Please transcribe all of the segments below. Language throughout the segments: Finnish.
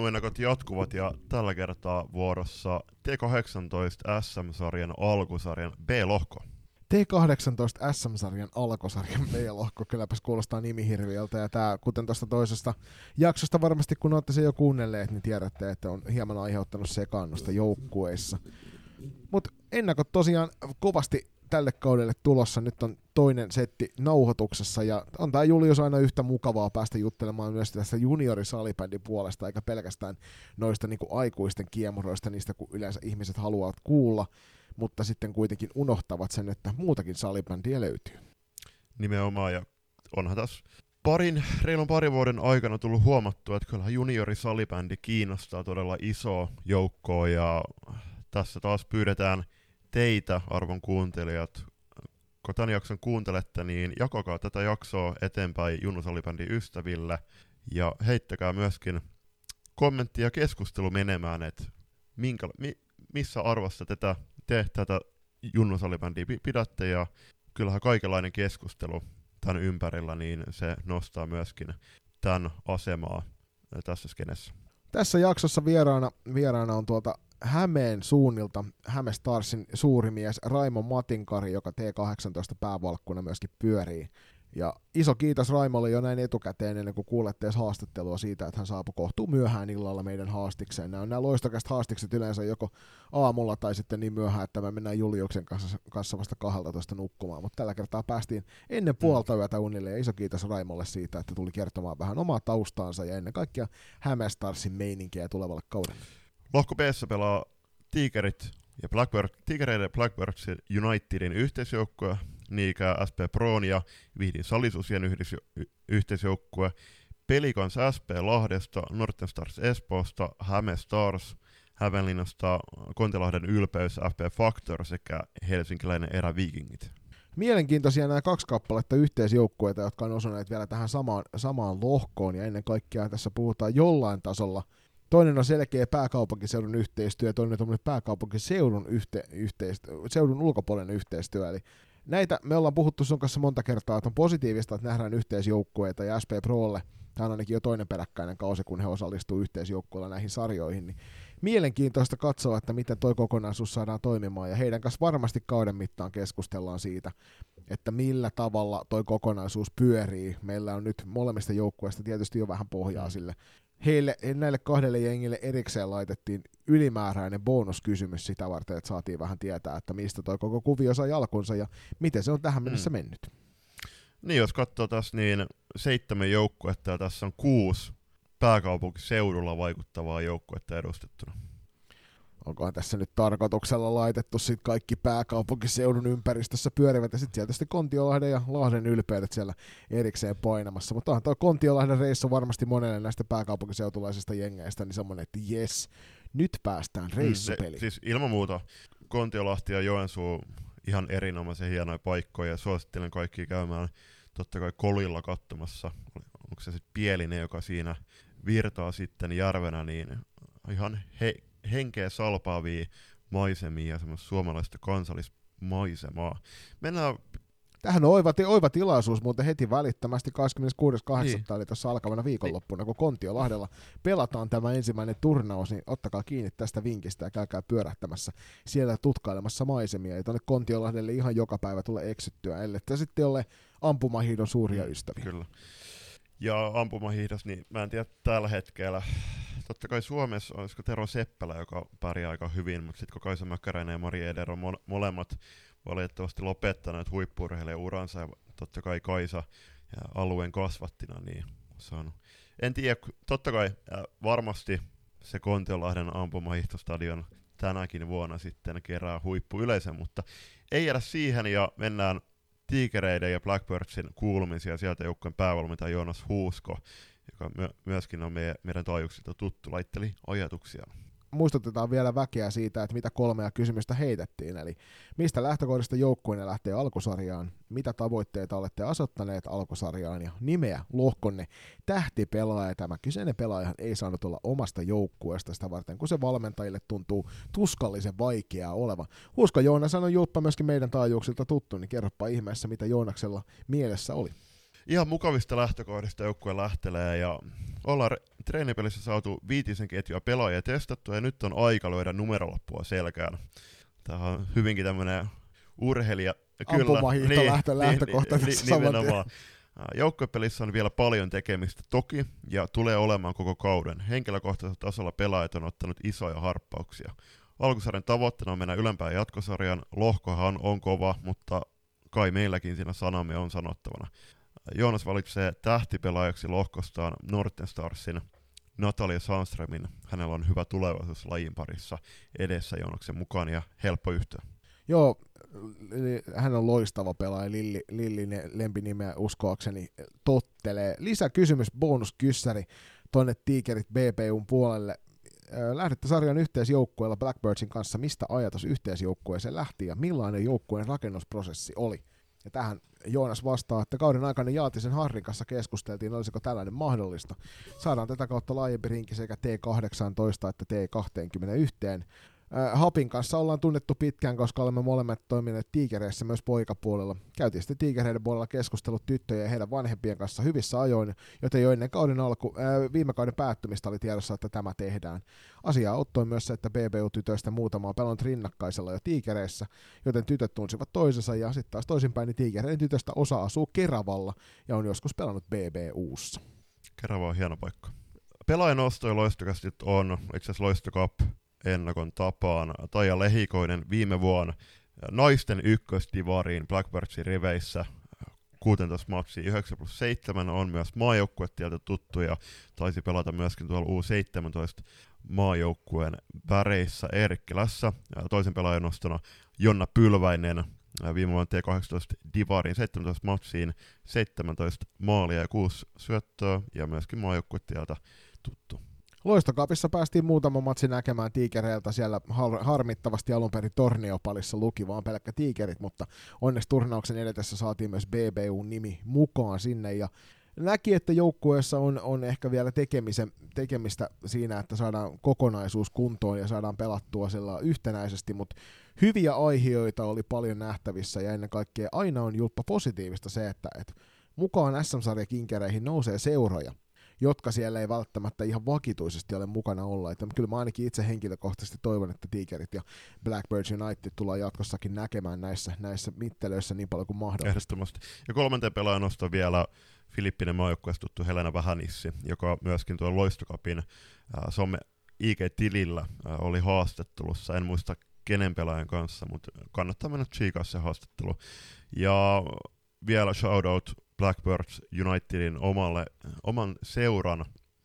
Urheiluennakot jatkuvat ja tällä kertaa vuorossa T18 SM-sarjan alkusarjan B-lohko. T18 SM-sarjan alkusarjan B-lohko, kylläpäs kuulostaa nimihirviöltä, ja tää, kuten tuosta toisesta jaksosta varmasti, kun olette sen jo kuunnelleet, niin tiedätte, että on hieman aiheuttanut sekaannusta joukkueissa. Mutta ennakot tosiaan kovasti tälle kaudelle tulossa, nyt on toinen setti nauhoituksessa, ja on tää Julius aina yhtä mukavaa päästä juttelemaan myös tästä juniorisalibändin puolesta, eikä pelkästään noista niinku aikuisten kiemuroista, niistä kun yleensä ihmiset haluavat kuulla, mutta sitten kuitenkin unohtavat sen, että muutakin salibändiä löytyy. Nimenomaan, ja onhan tässä reilun parin vuoden aikana tullut huomattua, että kyllähän juniorisalibändi kiinnostaa todella isoa joukkoa, ja tässä taas pyydetään teitä, arvon kuuntelijat, kun tämän jakson kuuntelette, niin jakakaa tätä jaksoa eteenpäin Junnusalibändin ystäville, ja heittäkää myöskin kommentti ja keskustelu menemään, että missä arvossa te tätä Junnusalibändiä pidätte, ja kyllähän kaikenlainen keskustelu tämän ympärillä, niin se nostaa myöskin tämän asemaa tässä skenessä. Tässä jaksossa vieraana on tuolta Hämeen suunnilta Häme Starsin suuri mies Raimo Matinkari, joka T18 päävalkkuna myöskin pyörii. Ja iso kiitos Raimolle jo näin etukäteen ennen kuin kuulette edes haastattelua siitä, että hän saapui kohtuu myöhään illalla meidän haastikseen. Nämä loistokästä haastikset yleensä joko aamulla tai sitten niin myöhään, että me mennään Juliuksen kanssa vasta 12 nukkumaan. Mutta tällä kertaa päästiin ennen puolta yötä unille, ja iso kiitos Raimolle siitä, että tuli kertomaan vähän omaa taustaansa ja ennen kaikkea Häme Starsin meininkiä tulevalle kaudelle. Lohko B:ssä pelaa Tigereiden ja Blackbirds Unitedin yhteisjoukkue, niin ikään SP Proon ja Vihdin Salisuusien yhteisjoukkue, Pelikans SP Lahdesta, Northern Stars Espoosta, Häme Stars Hämeenlinnasta, Kontiolahden Ylpeys, FP Factor sekä helsinkiläinen Eräviikingit. Mielenkiintoisia nämä 2 kappaletta yhteisjoukkueita, jotka on osuneet vielä tähän samaan lohkoon, ja ennen kaikkea tässä puhutaan jollain tasolla. Toinen on selkeä pääkaupunkiseudun yhteistyö, toinen on pääkaupunkiseudun seudun ulkopuolinen yhteistyö. Eli näitä me ollaan puhuttu sun kanssa monta kertaa, että on positiivista, että nähdään yhteisjoukkueita, ja SP Prolle, tämä on ainakin jo toinen peräkkäinen kausi, kun he osallistuu yhteisjoukkueilla näihin sarjoihin, niin mielenkiintoista katsoa, että miten toi kokonaisuus saadaan toimimaan, ja heidän kanssa varmasti kauden mittaan keskustellaan siitä, että millä tavalla toi kokonaisuus pyörii. Meillä on nyt molemmista joukkueista tietysti jo vähän pohjaa sille. Näille 2 jengille erikseen laitettiin ylimääräinen bonuskysymys sitä varten, että saatiin vähän tietää, että mistä toi koko kuvio sai alkunsa ja miten se on tähän mennessä mennyt. Niin, jos katsoo tässä, niin 7 joukkuetta ja tässä on 6 pääkaupunkiseudulla vaikuttavaa joukkuetta edustettuna. Onkohan tässä nyt tarkoituksella laitettu sit kaikki pääkaupunkiseudun ympäristössä pyörivät ja sitten sieltä Kontiolahden ja Lahden Ylpeydet siellä erikseen painamassa. Mutta onhan tuo Kontiolahden reissu varmasti monelle näistä pääkaupunkiseutulaisista jengeistä niin semmoinen, että jes, nyt päästään reissupeliin. Siis ilman muuta Kontiolahti ja Joensuu ihan erinomaisen hienoja paikkoja, ja suosittelen kaikkia käymään totta kai Kolilla katsomassa. Onko se sitten Pielinen, joka siinä virtaa sitten järvenä, niin ihan henkeä salpaavia maisemia ja semmoista suomalaista kansallismaisemaa. Mennään. Tähän on oiva tilaisuus, mutta heti välittömästi 26.8. Niin. Eli tuossa alkavana viikonloppuna, kun Kontiolahdella pelataan tämä ensimmäinen turnaus, niin ottakaa kiinni tästä vinkistä ja käykää pyörähtämässä siellä tutkailemassa maisemia. Ja tuonne Kontiolahdelle ihan joka päivä tulee eksyttyä, ellei sitten ole ampumahiihdon suuria ystäviä. Kyllä. Ja ampumahiihdos, niin mä en tiedä tällä hetkellä. Totta kai Suomessa olisiko Tero Seppälä, joka pärjää aika hyvin, mutta sitten kun Kaisa Mäkäräinen ja Mari Eder on molemmat valitettavasti lopettaneet huippu-urheilijan uransa, ja totta kai Kaisa ja alueen kasvattina, niin se on, en tiedä, totta kai varmasti se Kontiolahden ampumahiihtostadion tänäkin vuonna sitten kerää huippuyleisön, mutta ei jäädä siihen, ja mennään Tigereiden ja Blackbirdsin kuulumisia, sieltä joukkojen päävalmentaja Joonas Huusko, joka myöskin on meidän taajuuksilta tuttu, laitteli ajatuksia. Muistutetaan vielä väkeä siitä, että mitä 3 kysymystä heitettiin, eli mistä lähtökohdista joukkueenne lähtee alkusarjaan, mitä tavoitteita olette asettaneet alkusarjaan ja nimeä lohkonne tähtipelaaja. Tämä kyseinen pelaajahan ei saanut olla omasta joukkueesta sitä varten, kun se valmentajille tuntuu tuskallisen vaikeaa olevan. Huusko Joonas on Julppa myöskin meidän taajuuksilta tuttu, niin kerropa ihmeessä, mitä Joonaksella mielessä oli. ihan mukavista lähtökohdista joukkue lähtelee ja ollaan treenipelissä saatu 5 ketjua pelaajia testattua ja nyt on aika lyödä numerolappua selkään. Tämä on hyvinkin tämmöinen urheilija. Ampumahiihto lähtökohta tässä nimenomaan. Joukkuepelissä on vielä paljon tekemistä toki ja tulee olemaan koko kauden. Henkilökohtaisella tasolla pelaajat on ottanut isoja harppauksia. Alkusarjan tavoitteena on mennä ylempään jatkosarjan. Lohkohan on kova, mutta kai meilläkin siinä sanamme on sanottavana. Joonas valitsee tähtipelaajaksi lohkostaan Norten Starsin Natalia Sandströmin. Hänellä on hyvä tulevaisuus lajin parissa edessä Joonaksen mukaan ja helppo yhtyä. Joo, hän on loistava pelaaja, Lilli lempinimeä uskoakseni tottelee. Lisäkysymys, bonuskyssäri tonne Tigerit BBUn puolelle. Lähdette sarjan yhteisjoukkueella Blackbirdsin kanssa. Mistä ajatus yhteisjoukkueeseen lähti ja millainen joukkueen rakennusprosessi oli? Ja tähän Joonas vastaa, että kauden aikana Jaatisen Harrin kanssa keskusteltiin, olisiko tällainen mahdollista. Saadaan tätä kautta laajempi rinki sekä T18 että T21. Hapin kanssa ollaan tunnettu pitkään, koska olemme molemmat toimineet Tigereissä myös poikapuolella. Käytiin sitten Tigereiden puolella keskustelut tyttöjen ja heidän vanhempien kanssa hyvissä ajoin, joten jo ennen viime kauden päättymistä oli tiedossa, että tämä tehdään. Asiaa ottoi myös se, että BBU-tytöistä muutama on pelannut rinnakkaisella jo Tigereissä, joten tytöt tunsivat toisensa ja sitten taas toisinpäin niin Tigereiden tytöstä osa asuu Keravalla ja on joskus pelannut BBUssa. Kerava on hieno paikka. Pelaajan osto ja loistokästit on itse asiassa Loistocup ennakon tapaan Taija Lehikoinen viime vuonna naisten ykkösdivariin Blackbirdsin riveissä 16 matsia 9+7 on myös maajoukkuetieltä tuttu ja taisi pelata myöskin tuolla U17 maajoukkueen väreissä Eerikkilässä. Toisen pelaajan nostona Jonna Pylväinen viime vuonna T18 divariin 17 matsiin 17 maalia ja 6 syöttöä ja myöskin maajoukkuetieltä tuttu. Loistokapissa päästiin muutama matsi näkemään Tigereiltä, siellä harmittavasti alun perin Torniopalissa luki vaan pelkkä Tigerit, mutta onneksi turnauksen edetessä saatiin myös BBU-nimi mukaan sinne ja näki, että joukkueessa on ehkä vielä tekemistä siinä, että saadaan kokonaisuus kuntoon ja saadaan pelattua sillä yhtenäisesti, mutta hyviä aiheita oli paljon nähtävissä ja ennen kaikkea aina on julppa positiivista se, että mukaan SM-sarjakinkereihin nousee seuroja, jotka siellä ei välttämättä ihan vakituisesti ole mukana olla. Että kyllä mä ainakin itse henkilökohtaisesti toivon, että Tigerit ja Blackbirds United tullaan jatkossakin näkemään näissä mittelöissä niin paljon kuin mahdollista. Ehdottomasti. Ja kolmanteen pelaajan noston vielä Filippinen maajoukkueesta tuttu Helena Vähänissi, joka myöskin tuon Loistokapin some IG-tilillä oli haastattelussa. En muista kenen pelaajan kanssa, mutta kannattaa mennä tsiikaa se haastattelu. Ja vielä shoutout Blackbirds Unitedin oman seuran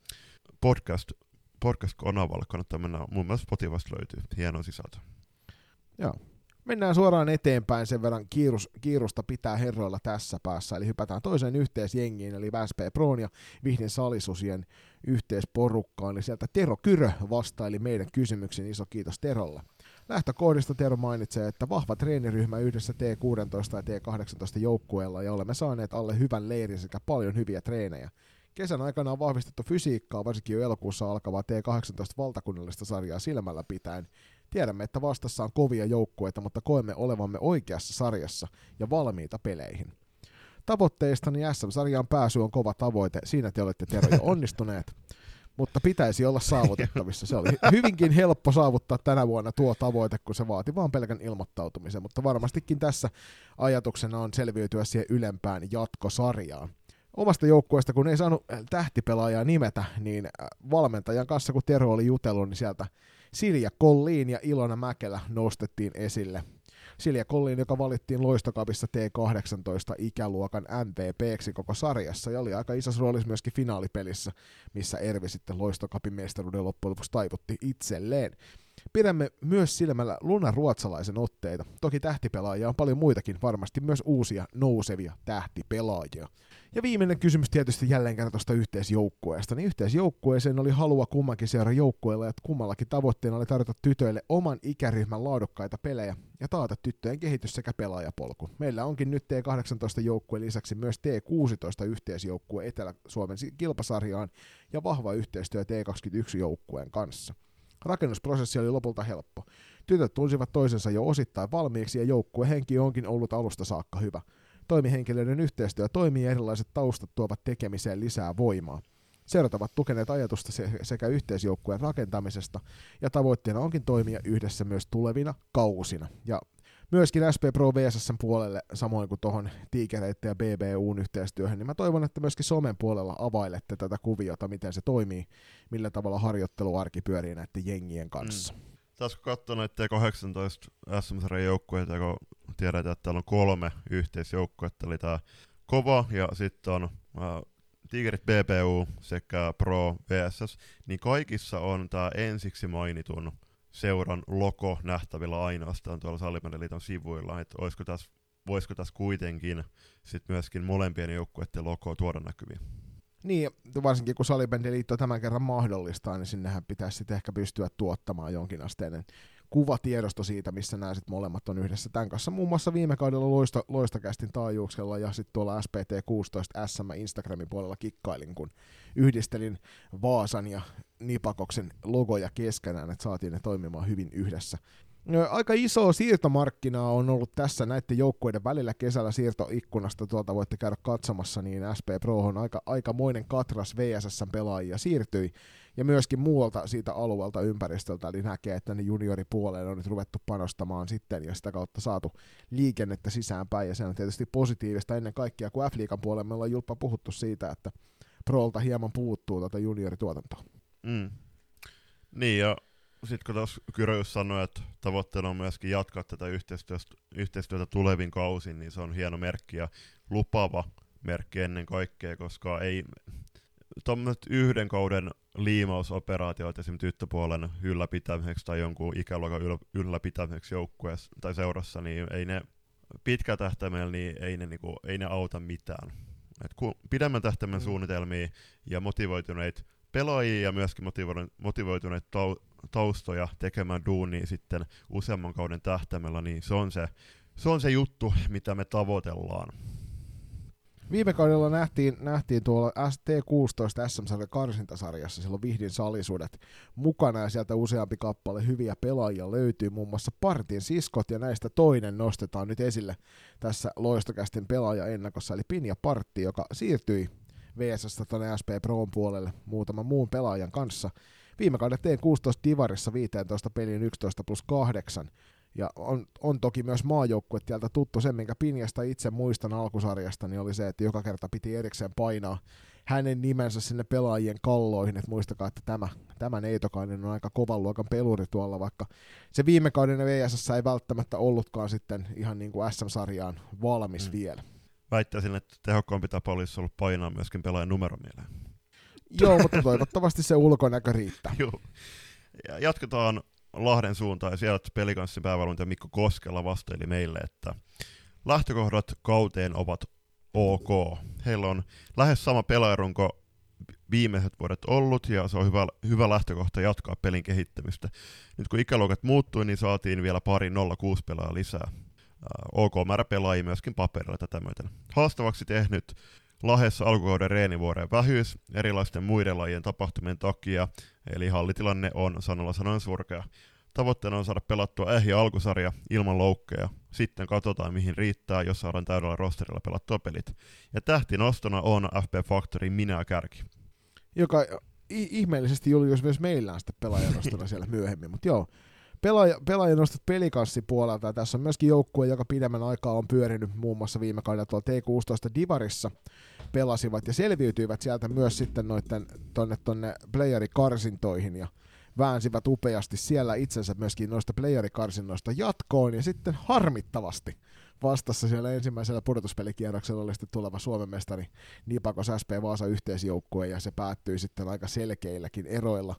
podcast-kanavalle. Kannattaa mennä, mun mielestä Spotifysta löytyy. Hieno sisältö. Joo. Mennään suoraan eteenpäin, sen verran kiirusta pitää herroilla tässä päässä, eli hypätään toiseen yhteisjengiin, eli SP Proon ja Vihdin Salisusien yhteisporukkaan, eli sieltä Tero Kyrö vastaili meidän kysymyksiin, iso kiitos Terolle. Lähtökohdista Tero mainitsee, että vahva treeniryhmä yhdessä T16 ja T18 joukkueella ja olemme saaneet alle hyvän leirin sekä paljon hyviä treenejä. Kesän aikana on vahvistettu fysiikkaa, varsinkin jo elokuussa alkavaa T18 valtakunnallista sarjaa silmällä pitäen. Tiedämme, että vastassa on kovia joukkueita, mutta koemme olevamme oikeassa sarjassa ja valmiita peleihin. Tavoitteistani SM-sarjaan pääsy on kova tavoite, siinä te olette Tero jo onnistuneet. Mutta pitäisi olla saavutettavissa. Se oli hyvinkin helppo saavuttaa tänä vuonna tuo tavoite, kun se vaati vaan pelkän ilmoittautumisen, mutta varmastikin tässä ajatuksena on selviytyä siihen ylempään jatkosarjaan. Omasta joukkueesta, kun ei saanut tähtipelaajaa nimetä, niin valmentajan kanssa, kun Tero oli jutellut, niin sieltä Silja Collin ja Ilona Mäkelä nostettiin esille. Silja Collin, joka valittiin Loistokapissa T18 ikäluokan MVP:ksi koko sarjassa ja oli aika isossa roolissa myöskin finaalipelissä, missä Ervi sitten Loistokapin mestaruuden loppujen lopuksi taivutti itselleen. Pidämme myös silmällä lunaruotsalaisen otteita. Toki tähtipelaajia on paljon muitakin, varmasti myös uusia nousevia tähtipelaajia. Ja viimeinen kysymys tietysti jälleen kerran tuosta yhteisjoukkueesta. Niin yhteisjoukkueeseen oli halua kummankin seuran joukkueella, että kummallakin tavoitteena oli tarjota tytöille oman ikäryhmän laadukkaita pelejä ja taata tyttöjen kehitys sekä pelaajapolku. Meillä onkin nyt T18 joukkueen lisäksi myös T16 yhteisjoukkue Etelä-Suomen kilpasarjaan ja vahva yhteistyö T21 joukkueen kanssa. Rakennusprosessi oli lopulta helppo. Tytöt tunsivat toisensa jo osittain valmiiksi ja joukkuehenki onkin ollut alusta saakka hyvä. Toimihenkilöiden yhteistyö toimii ja erilaiset taustat tuovat tekemiseen lisää voimaa. Seurat ovat tukeneet ajatusta sekä yhteisjoukkueen rakentamisesta, ja tavoitteena onkin toimia yhdessä myös tulevina kausina. Ja myöskin SP Pro VSS:n puolelle, samoin kuin tuohon Tigereitten ja BBUn yhteistyöhön, niin mä toivon, että myöskin somen puolella availette tätä kuviota, miten se toimii, millä tavalla harjoitteluarki pyörii näiden jengien kanssa. Tässä kun katsoo näitä 18 SM-sarjan joukkueita, kun tiedetään, että täällä on 3 yhteisjoukkuetta, eli tämä KOVA ja sitten on Tigerit BBU sekä Pro VSS, niin kaikissa on tämä ensiksi mainitun seuran logo nähtävillä ainoastaan tuolla Salibändiliiton sivuilla, että voisiko tässä kuitenkin sit myöskin molempien joukkueiden logoa tuoda näkyviin. Niin, varsinkin kun Salibändiliitto tämän kerran mahdollistaa, niin sinnehän pitäisi sitten ehkä pystyä tuottamaan jonkinasteinen kuvatiedosto siitä, missä nämä sitten molemmat on yhdessä. Tämän kanssa muun muassa viime kaudella Loistokästin taajuuksella ja sitten tuolla SPT16 SM Instagramin puolella kikkailin, kun yhdistelin Vaasan ja Nipakoksen logoja keskenään, että saatiin ne toimimaan hyvin yhdessä. Aika iso siirtomarkkinaa on ollut tässä näiden joukkueiden välillä kesällä siirtoikkunasta, tuolta voitte käydä katsomassa, niin SP Pro on aikamoinen katras VSS:n pelaajia siirtyi, ja myöskin muualta siitä alueelta ympäristöltä, eli näkee, että ne junioripuoleen on nyt ruvettu panostamaan sitten, ja sitä kautta saatu liikennettä sisäänpäin, ja se on tietysti positiivista ennen kaikkea, kun F-liigan puolella me ollaan Julppa puhuttu siitä, että Prolta hieman puuttuu tuota juniorituotantoa. Niin, ja sitten kun tuossa Kyröjys sanoi, että tavoitteena on myöskin jatkaa tätä yhteistyötä tulevin kausin, niin se on hieno merkki ja lupaava merkki ennen kaikkea, koska ei tuommoiset yhden kauden liimausoperaatioita esimerkiksi tyttöpuolen ylläpitämiseksi tai jonkun ikäluokan ylläpitämiseksi joukkueessa tai seurassa, niin ei ne pitkä tähtäimellä niin ei ne auta mitään. Et kun pidemmän tähtäimen suunnitelmia ja motivoituneita pelaajia ja myöskin motivoituneita taustoja tekemään duunia sitten useamman kauden tähtäimellä, niin se on se juttu, mitä me tavoitellaan. Viime kaudella nähtiin tuolla ST16 SM-sarjan karsintasarjassa silloin Vihdin salisuudet mukana, ja sieltä useampi kappale hyviä pelaajia löytyy, muun muassa Partin siskot, ja näistä toinen nostetaan nyt esille tässä Loistokästin pelaajaennakossa, eli Pinja Partti, joka siirtyi VS:stä tuonne SP Proon puolelle muutaman muun pelaajan kanssa. Viime kauden T16 Divarissa 15 peliin 11+8, ja on toki myös maajoukkue tieltä tuttu. Sen, minkä Pinjasta itse muistan alkusarjasta, niin oli se, että joka kerta piti erikseen painaa hänen nimensä sinne pelaajien kalloihin, että muistakaa, että tämä Neitokainen on aika kovan luokan peluri tuolla, vaikka se viime kauden VSS ei välttämättä ollutkaan sitten ihan niin kuin SM-sarjaan valmis vielä. Väittäisin, että tehokkaampi tapa olisi ollut painaa myöskin pelaajan numero mieleen. Joo, mutta toivottavasti se ulkonäkö riittää. Joo. Ja jatketaan Lahden suuntaan, ja siellä Pelikanssin päävalmentaja Mikko Koskela vastaili meille, että lähtökohdat kauteen ovat ok. Heillä on lähes sama pelaajarunko viimeiset vuodet ollut, ja se on hyvä lähtökohta jatkaa pelin kehittämistä. Nyt kun ikäluokat muuttui, niin saatiin vielä pari 06 pelaajaa lisää. OK määrä pelaajia myöskin paperilla tätä myöten. Haastavaksi tehnyt Lahdessa alkukauden reenivuoreen vähyys erilaisten muiden lajien tapahtumien takia, eli hallitilanne on sanalla sanoen surkea. Tavoitteena on saada pelattua ehjä alkusarja ilman loukkeja. Sitten katsotaan mihin riittää, jos saadaan täydellä rosterilla pelattua pelit. Ja tähtinostona on FP Factory Minä Kärki. Joka ihmeellisesti Julius myös meillä on sitten pelaajanostona siellä myöhemmin, mutta joo. Pelaajanostot Pelikanssin puolelta, ja tässä on myöskin joukkue, joka pidemmän aikaa on pyörinyt muun muassa viime kaudella tuolla T16 Divarissa pelasivat ja selviytyivät sieltä myös sitten tonne playerikarsintoihin ja väänsivät upeasti siellä itsensä myöskin noista playerikarsinnoista jatkoon, ja sitten harmittavasti vastassa siellä ensimmäisellä pudotuspelikierroksella oli sitten tuleva Suomen mestari Nipakos SP Vaasa yhteisjoukkue, ja se päättyi sitten aika selkeilläkin eroilla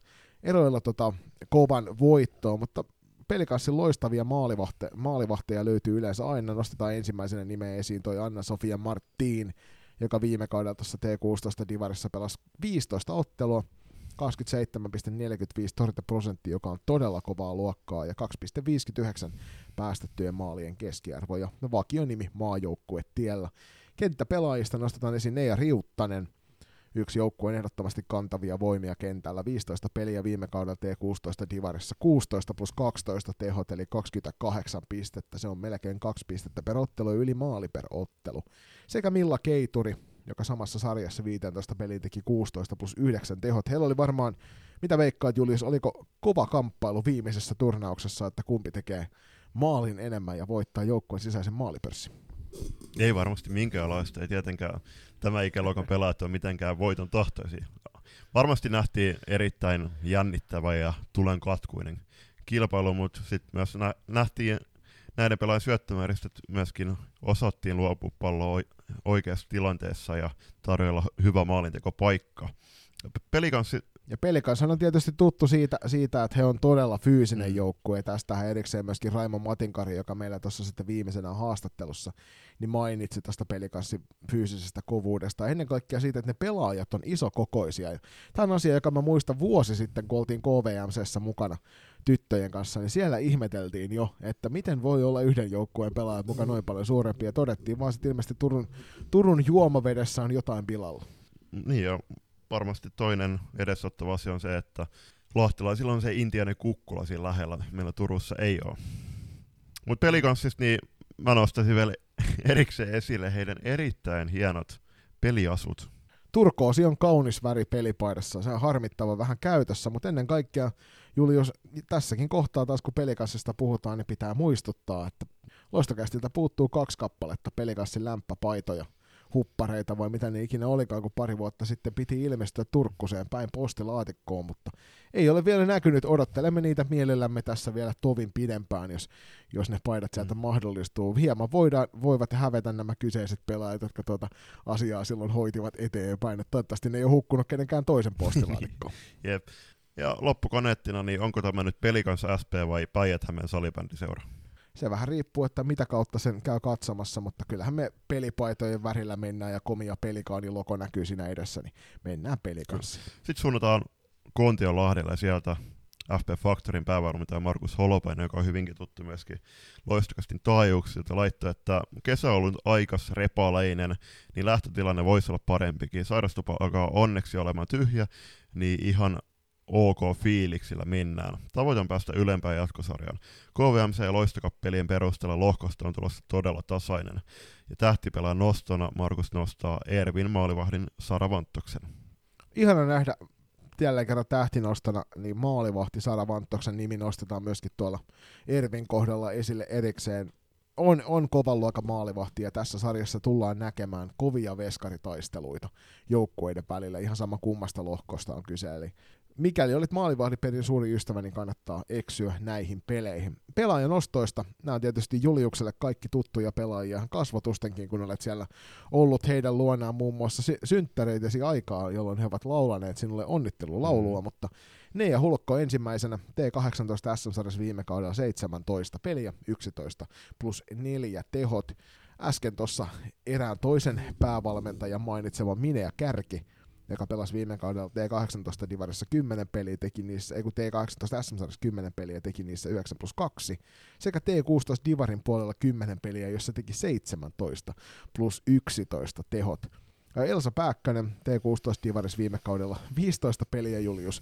kovan voittoon, mutta Pelikanssin loistavia maalivahteja löytyy yleensä aina. Nostetaan ensimmäisenä nimeen esiin toi Anna-Sofia Martin, joka viime kaudella tuossa T16 Divarissa pelasi 15 ottelua, 27,45 torjuntaprosenttia, joka on todella kovaa luokkaa, ja 2,59 päästettyjen maalien keskiarvo, ja vakionimi maajoukkue tiellä. Kenttäpelaajista nostetaan esiin Neija Riuttanen, yksi joukkueen ehdottomasti kantavia voimia kentällä. 15 peliä viime kaudella T16 Divarissa, 16 plus 12 tehot, eli 28 pistettä. Se on melkein 2 pistettä per ottelu ja yli maali per ottelu. Sekä Milla Keituri, joka samassa sarjassa 15 peliä teki 16 plus 9 tehot. Heillä oli varmaan, mitä veikkaat Julius, oliko kova kamppailu viimeisessä turnauksessa, että kumpi tekee maalin enemmän ja voittaa joukkueen sisäisen maalipörssin? Ei varmasti minkäänlaista, ei tietenkään tämä ikäluokan pelaajat ole mitenkään voiton tahtoisia. Varmasti nähtiin erittäin jännittävä ja tulenkatkuinen kilpailu, mutta sitten myös nähtiin näiden pelaajien syöttömääristöt myöskin osoittiin luopua palloa oikeassa tilanteessa ja tarjolla hyvä maalintekopaikka. Pelikanssi on tietysti tuttu siitä, että he on todella fyysinen joukkue, ja tästähän erikseen myöskin Raimo Matinkari, joka meillä tuossa sitten viimeisenä haastattelussa, niin mainitsi tästä Pelikanssin fyysisestä kovuudesta, ennen kaikkea siitä, että ne pelaajat on isokokoisia. Tämä on asia, joka mä muistan vuosi sitten, kun oltiin KVMC:ssä mukana tyttöjen kanssa, niin siellä ihmeteltiin jo, että miten voi olla yhden joukkueen pelaajat mukaan noin paljon suurempia, ja todettiin vaan, että ilmeisesti Turun juomavedessä on jotain pilalla. Niin jo. Varmasti toinen edesottava asia on se, että lahtelaisilla on se intiainen kukkula siinä lähellä, meillä Turussa ei ole. Mutta Pelikanssista niin mä nostaisin vielä erikseen esille heidän erittäin hienot peliasut. Turkoosi on kaunis väri pelipaidassa, se on harmittava vähän käytössä, mutta ennen kaikkea Julius, tässäkin kohtaa taas kun Pelikanssista puhutaan, niin pitää muistuttaa, että Loistokästiltä puuttuu 2 kappaletta Pelikanssin lämpöpaitoja, huppareita vai mitä ne ikinä olikaan, kun pari vuotta sitten piti ilmestyä Turkkuseen päin postilaatikkoon, mutta ei ole vielä näkynyt. Odottelemme niitä mielellämme tässä vielä tovin pidempään, jos ne paidat sieltä mahdollistuu. Hieman voivat hävetä nämä kyseiset pelaajat, jotka tuota asiaa silloin hoitivat eteenpäin. Toivottavasti ne ei ole hukkunut kenenkään toisen postilaatikkoon. Jep. Ja loppukoneettina, niin onko tämä nyt Pelikanssa SP vai Päijät-Hämeen salibändiseura? Se vähän riippuu, että mitä kautta sen käy katsomassa, mutta kyllähän me pelipaitojen värillä mennään ja komia Pelikaani-logo näkyy siinä edessä, niin mennään Pelikanssiin. Sitten suunnataan Kontiolahdelle ja sieltä FP Factorin päävalmentaja Markus Holopainen, joka on hyvinkin tuttu myöskin Loistokastin taajuuksilta, laittoi, että kesä on ollut aikas repaleinen, niin lähtötilanne voisi olla parempikin. Sairastupa alkaa onneksi olemaan tyhjä, niin ihan OK fiiliksillä mennään. Tavoite on päästä ylempään jatkosarjaan. KVMC ja Loistokappelien perusteella lohkosta on tulossa todella tasainen. Ja tähtipelaajan nostona Markus nostaa Ervin maalivahdin Sara Vanttoksen. Ihana nähdä jälleen kerran tähtinostona, niin maalivahti Sara Vanttoksen nimi nostetaan myöskin tuolla Ervin kohdalla esille erikseen. On kovan luokan maalivahti ja tässä sarjassa tullaan näkemään kovia veskaritaisteluita joukkueiden välillä, ihan sama kummasta lohkosta on kyse. Eli mikäli olit maalivahdipelin suuri ystävä, niin kannattaa eksyä näihin peleihin. Pelaajan nostoista, nämä on tietysti Juliukselle kaikki tuttuja pelaajia kasvotustenkin, kun olet siellä ollut heidän luonaan muun muassa synttäreitesi aikaa, jolloin he ovat laulaneet sinulle onnittelulaulua, mutta ne ja Hulkko ensimmäisenä T18 SM-sarjassa viime kaudella 17 peliä, 11 plus 4 tehot. Äsken tuossa erään toisen päävalmentajan mainitsema Minea Kärki, joka pelasi viime kaudella T18 Divarissa 10 peliä, teki niissä, T18 SM-sarjassa 10 peliä, teki niissä 9 plus 2, sekä T16 Divarin puolella 10 peliä, jossa teki 17 plus 11 tehot. Elsa Pääkkönen T16 Divarissa viime kaudella 15 peliä Julius,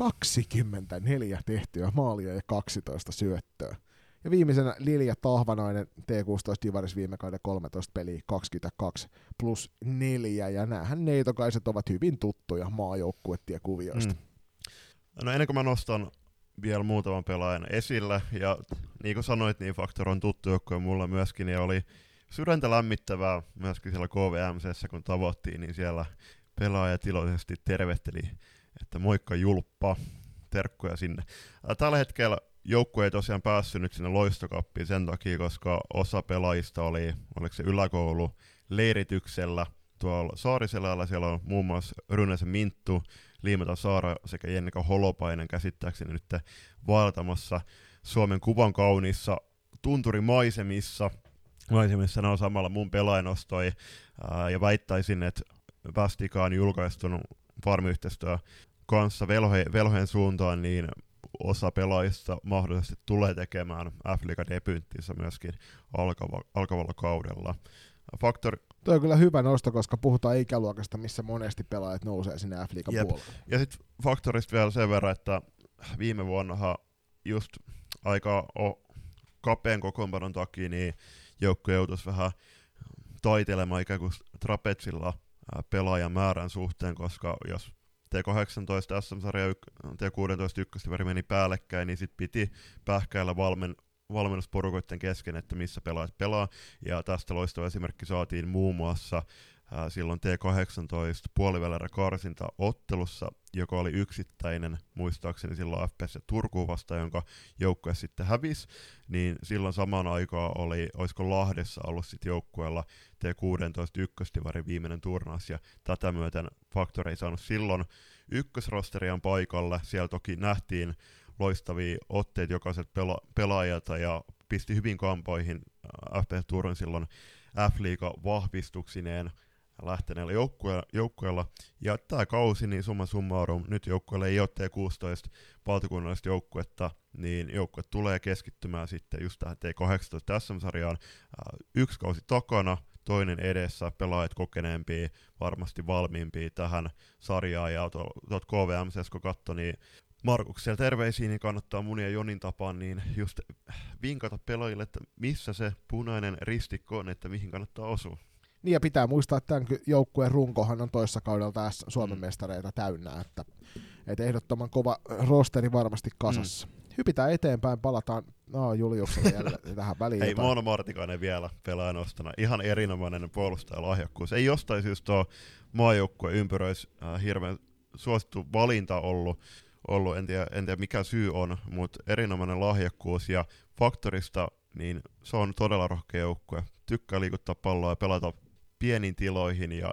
24 tehtyä maalia ja 12 syöttöä. Ja viimeisenä Lilja Tahvanainen T16 Divarissa viime kauden 13 peliä, 22 plus 4, ja näähän neitokaiset ovat hyvin tuttuja maajoukkuetiekuvioista. No ennen kuin mä nostan vielä muutaman pelaajan esille, ja niin kuin sanoit, niin Factor on tuttu joukkue mulla myöskin, ja oli sydäntä lämmittävää myöskin siellä KVMC:ssä, kun tavoittiin, niin siellä pelaajat iloisesti tervehteli, että moikka Julppa, terkkuja sinne. Tällä hetkellä joukkue ei tosiaan päässyt nyt sinne Loistokappiin sen takia, koska osa pelaajista oliko se yläkoulu leirityksellä tuolla Saariselällä. Siellä on muun muassa Rynäsen Minttu, Liimata Saara sekä Jennika Holopainen käsittääkseni nyt vaeltamassa Suomen kuvan kauniissa tunturimaisemissa. Ne on samalla mun pelaajanostoi, ja väittäisin, että vastikään julkaistun farmiyhteistyö kanssa velhojen suuntaan, niin osa pelaajista mahdollisesti tulee tekemään F-liiga-debyyttinsä myöskin alkavalla kaudella. Factor Toi on kyllä hyvä nosto, koska puhutaan ikäluokasta, missä monesti pelaajat nousee sinne F-liigan puolelle. Ja sitten Factorista vielä sen verran, että viime vuonnahan just aika kapean kokoonpanon takia niin joukko joutuisi vähän taitelemaan ikään kuin trapetsilla pelaajan määrän suhteen, koska jos T18 SM-sarja T16 ykköstivari meni päällekkäin, niin sitten piti pähkäillä valmennusporukoiden kesken, että missä pelaajat pelaa, ja tästä loistava esimerkki saatiin muun muassa silloin T18 puolivälierä karsintaottelussa, joka oli yksittäinen, muistaakseni silloin FPS Turkuun vastaan, jonka joukkue sitten hävisi, niin silloin samaan aikaan olisiko Lahdessa ollut sitten joukkueella T16 ykköstivarin viimeinen turnaus, ja tätä myöten Factor ei saanut silloin ykkösrosterian paikalle. Siellä toki nähtiin loistavia otteita jokaiselta pelaajalta ja pisti hyvin kampoihin FPS Turun silloin F-liiga vahvistuksineen lähteneellä joukkueella. Ja tämä kausi, niin summa summarum, nyt joukkueelle ei ole T16 valtakunnallista joukkuetta, niin joukkue tulee keskittymään sitten just tähän T18 SM-sarjaan. Yksi kausi takana, toinen edessä, pelaajat kokeneempia, varmasti valmiimpia tähän sarjaan. Ja tuot KVMCS, kun katsoi, niin Markuksella terveisiä, niin kannattaa mun ja Jonin tapaan niin just vinkata pelaajille, että missä se punainen ristikko on, että mihin kannattaa osua. Niin ja pitää muistaa, että tämän joukkueen runkohan on toissa kaudelta Suomen mestareita täynnä, että ehdottoman kova rosteri varmasti kasassa. Hypitään eteenpäin, palataan Juliukselle jälleen tähän väliin. Hei, Moono Martikainen vielä pelaajan ostana. Ihan erinomainen puolustajalahjakkuus. Ei jostain syystä tuo maajoukkueen ympyröis hirveän suosittu valinta ollut, en tiedä mikä syy on, mutta erinomainen lahjakkuus, ja Factorista niin se on todella rohkea joukkue. Tykkää liikuttaa palloa ja pelata pieniin tiloihin, ja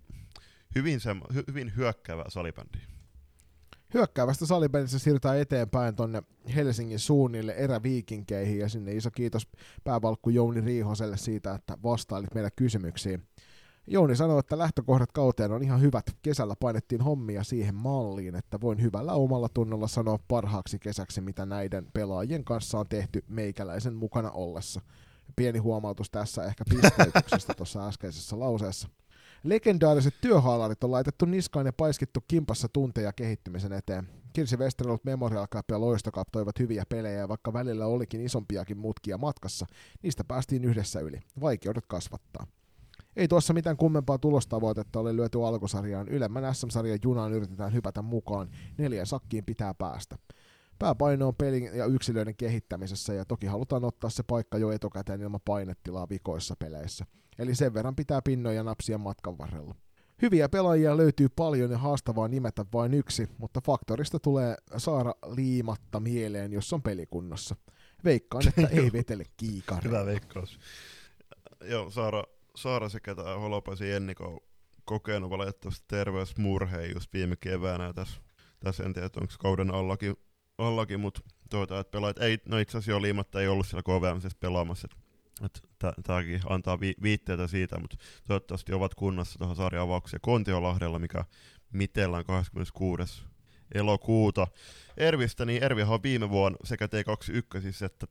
hyvin hyökkäävä salibändi. Hyökkäävästä salibändistä siirrytään eteenpäin tonne Helsingin suunnille eräviikinkeihin, ja sinne iso kiitos päävalkku Jouni Riihoselle siitä, että vastailit meidän kysymyksiin. Jouni sanoi, että lähtökohdat kauteen on ihan hyvät. Kesällä painettiin hommia siihen malliin, että voin hyvällä omalla tunnolla sanoa parhaaksi kesäksi, mitä näiden pelaajien kanssa on tehty meikäläisen mukana ollessa. Pieni huomautus tässä ehkä pisteytyksestä tuossa äskeisessä lauseessa. Legendaariset työhaalarit on laitettu niskaan ja paiskittu kimpassa tunteja kehittymisen eteen. Kirsi Westerholt, Memorial Cup ja Loisto Cup toivat hyviä pelejä, ja vaikka välillä olikin isompiakin mutkia matkassa, niistä päästiin yhdessä yli. Vaikeudet kasvattaa. Ei tuossa mitään kummempaa tulostavoitetta ole lyöty alkusarjaan. Ylemmän SM-sarjan junaan yritetään hypätä mukaan. 4 sakkiin pitää päästä. Pääpaino on pelin ja yksilöiden kehittämisessä, ja toki halutaan ottaa se paikka jo etukäteen ilman painetilaa vikoissa peleissä. Eli sen verran pitää pinnoja napsia matkan varrella. Hyviä pelaajia löytyy paljon ja haastavaa nimetä vain yksi, mutta Faktorista tulee Saara liimatta mieleen, jos on pelikunnossa. Veikkaan, että ei vetele kiikareita. Hyvä veikkaus. Joo, Saara sekä tämä Holopaisen Jenniko on kokenut valitettavasti terveysmurheen just viime keväänä. Tässä en tiedä, onko kauden allakin, mutta toivotaan, että pelaajat ei, no itse asiassa jo liimatta ei ollut siellä KVM:ssä pelaamassa. Tämäkin antaa viitteitä siitä, mutta toivottavasti ovat kunnossa tuohon sarja-avaukseen Kontiolahdella, mikä mitellään 26. elokuuta. Ervistä, niin Ervihan on viime vuonna sekä T21 että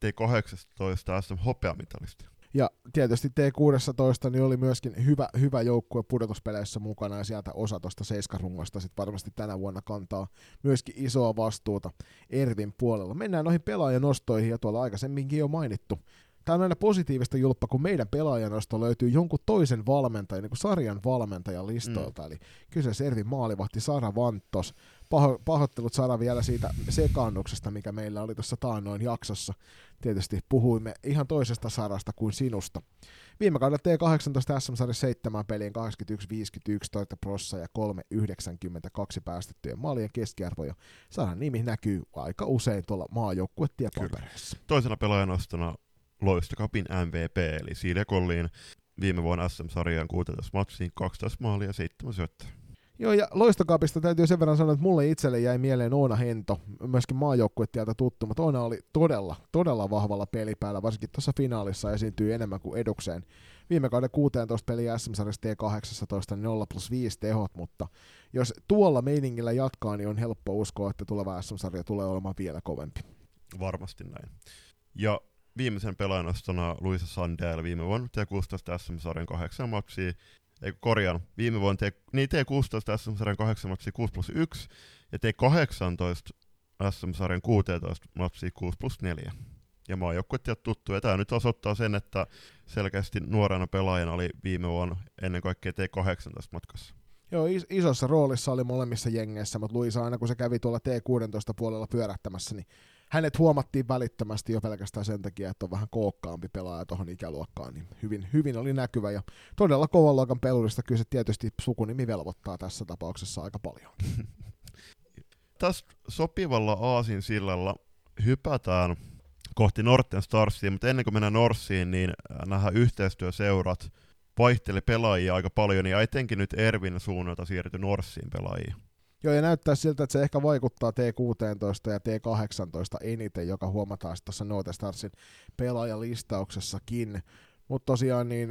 T18 SM hopeamitalisti. Ja tietysti T16 niin oli myöskin hyvä joukkue pudotuspeleissä mukana, ja sieltä osa tuosta seiskarungosta sitten varmasti tänä vuonna kantaa myöskin isoa vastuuta Ervin puolella. Mennään noihin pelaajanostoihin, ja tuolla aikaisemminkin jo mainittu. Tämä on aina positiivista julppa, kun meidän pelaajanosto löytyy jonkun toisen valmentajan, niin kuin sarjan valmentajan listoilta. Eli kyseessä Ervin maalivahti Sara Vanttos. Pahoittelut Sara vielä siitä sekaannuksesta, mikä meillä oli tuossa taannoin jaksossa. Tietysti puhuimme ihan toisesta Sarasta kuin sinusta. Viime kaudella T18 SM-sarja 7 peliin 81-51 toita prossa ja 3,92 päästettyjen maalien keskiarvoja. Saran nimi näkyy aika usein tuolla maajoukkuetiepapereissa. Toisena pelaajanostona Loisto Cupin MVP, eli Silja Kolliin viime vuonna SM-sarjaan 16 matsiin, 12 maalia ja 7 syöttöä. Joo, ja Loistokapista täytyy sen verran sanoa, että mulle itselle jäi mieleen Oona Hento, myöskin maajoukkuetieltä tuttu, mutta Oona oli todella vahvalla pelipäällä, varsinkin tuossa finaalissa esiintyi enemmän kuin edukseen. Viime kauden 16 peliä SM-sarjassa T18, niin 0+5 tehot, mutta jos tuolla meiningillä jatkaa, niin on helppo uskoa, että tuleva SM-sarja tulee olemaan vielä kovempi. Varmasti näin. Ja viimeisen pelaajanostona Luisa Sandell viime vuonna T16 SM-sarjan 8 matsia. Viime vuonna T16 SM-sarjan 8 matsia 6+1 ja T18 SM-sarjan 16 matsia 6+4. Ja maajoukkuet ja tuttuja. Tämä nyt osoittaa sen, että selkeästi nuorena pelaajana oli viime vuonna ennen kaikkea T18-matkassa. Joo, isossa roolissa oli molemmissa jengeissä, mutta Luisa aina kun se kävi tuolla T16 puolella pyörähtämässä, niin hänet huomattiin välittömästi jo pelkästään sen takia, että on vähän kookkaampi pelaaja tuohon ikäluokkaan, niin hyvin oli näkyvä ja todella kovan luokan pelurista kyllä se tietysti sukunimi velvoittaa tässä tapauksessa aika paljon. Tässä sopivalla aasinsillalla hypätään kohti Northern Starsia, mutta ennen kuin mennään Norssiin, niin nämä yhteistyöseurat vaihteli pelaajia aika paljon, ja etenkin nyt Ervin suunnalta siirtyi Norssiin pelaajia. Joo, ja näyttää siltä, että se ehkä vaikuttaa T16 ja T18 eniten, joka huomataan tuossa Northern Starsin pelaajalistauksessakin. Mutta tosiaan niin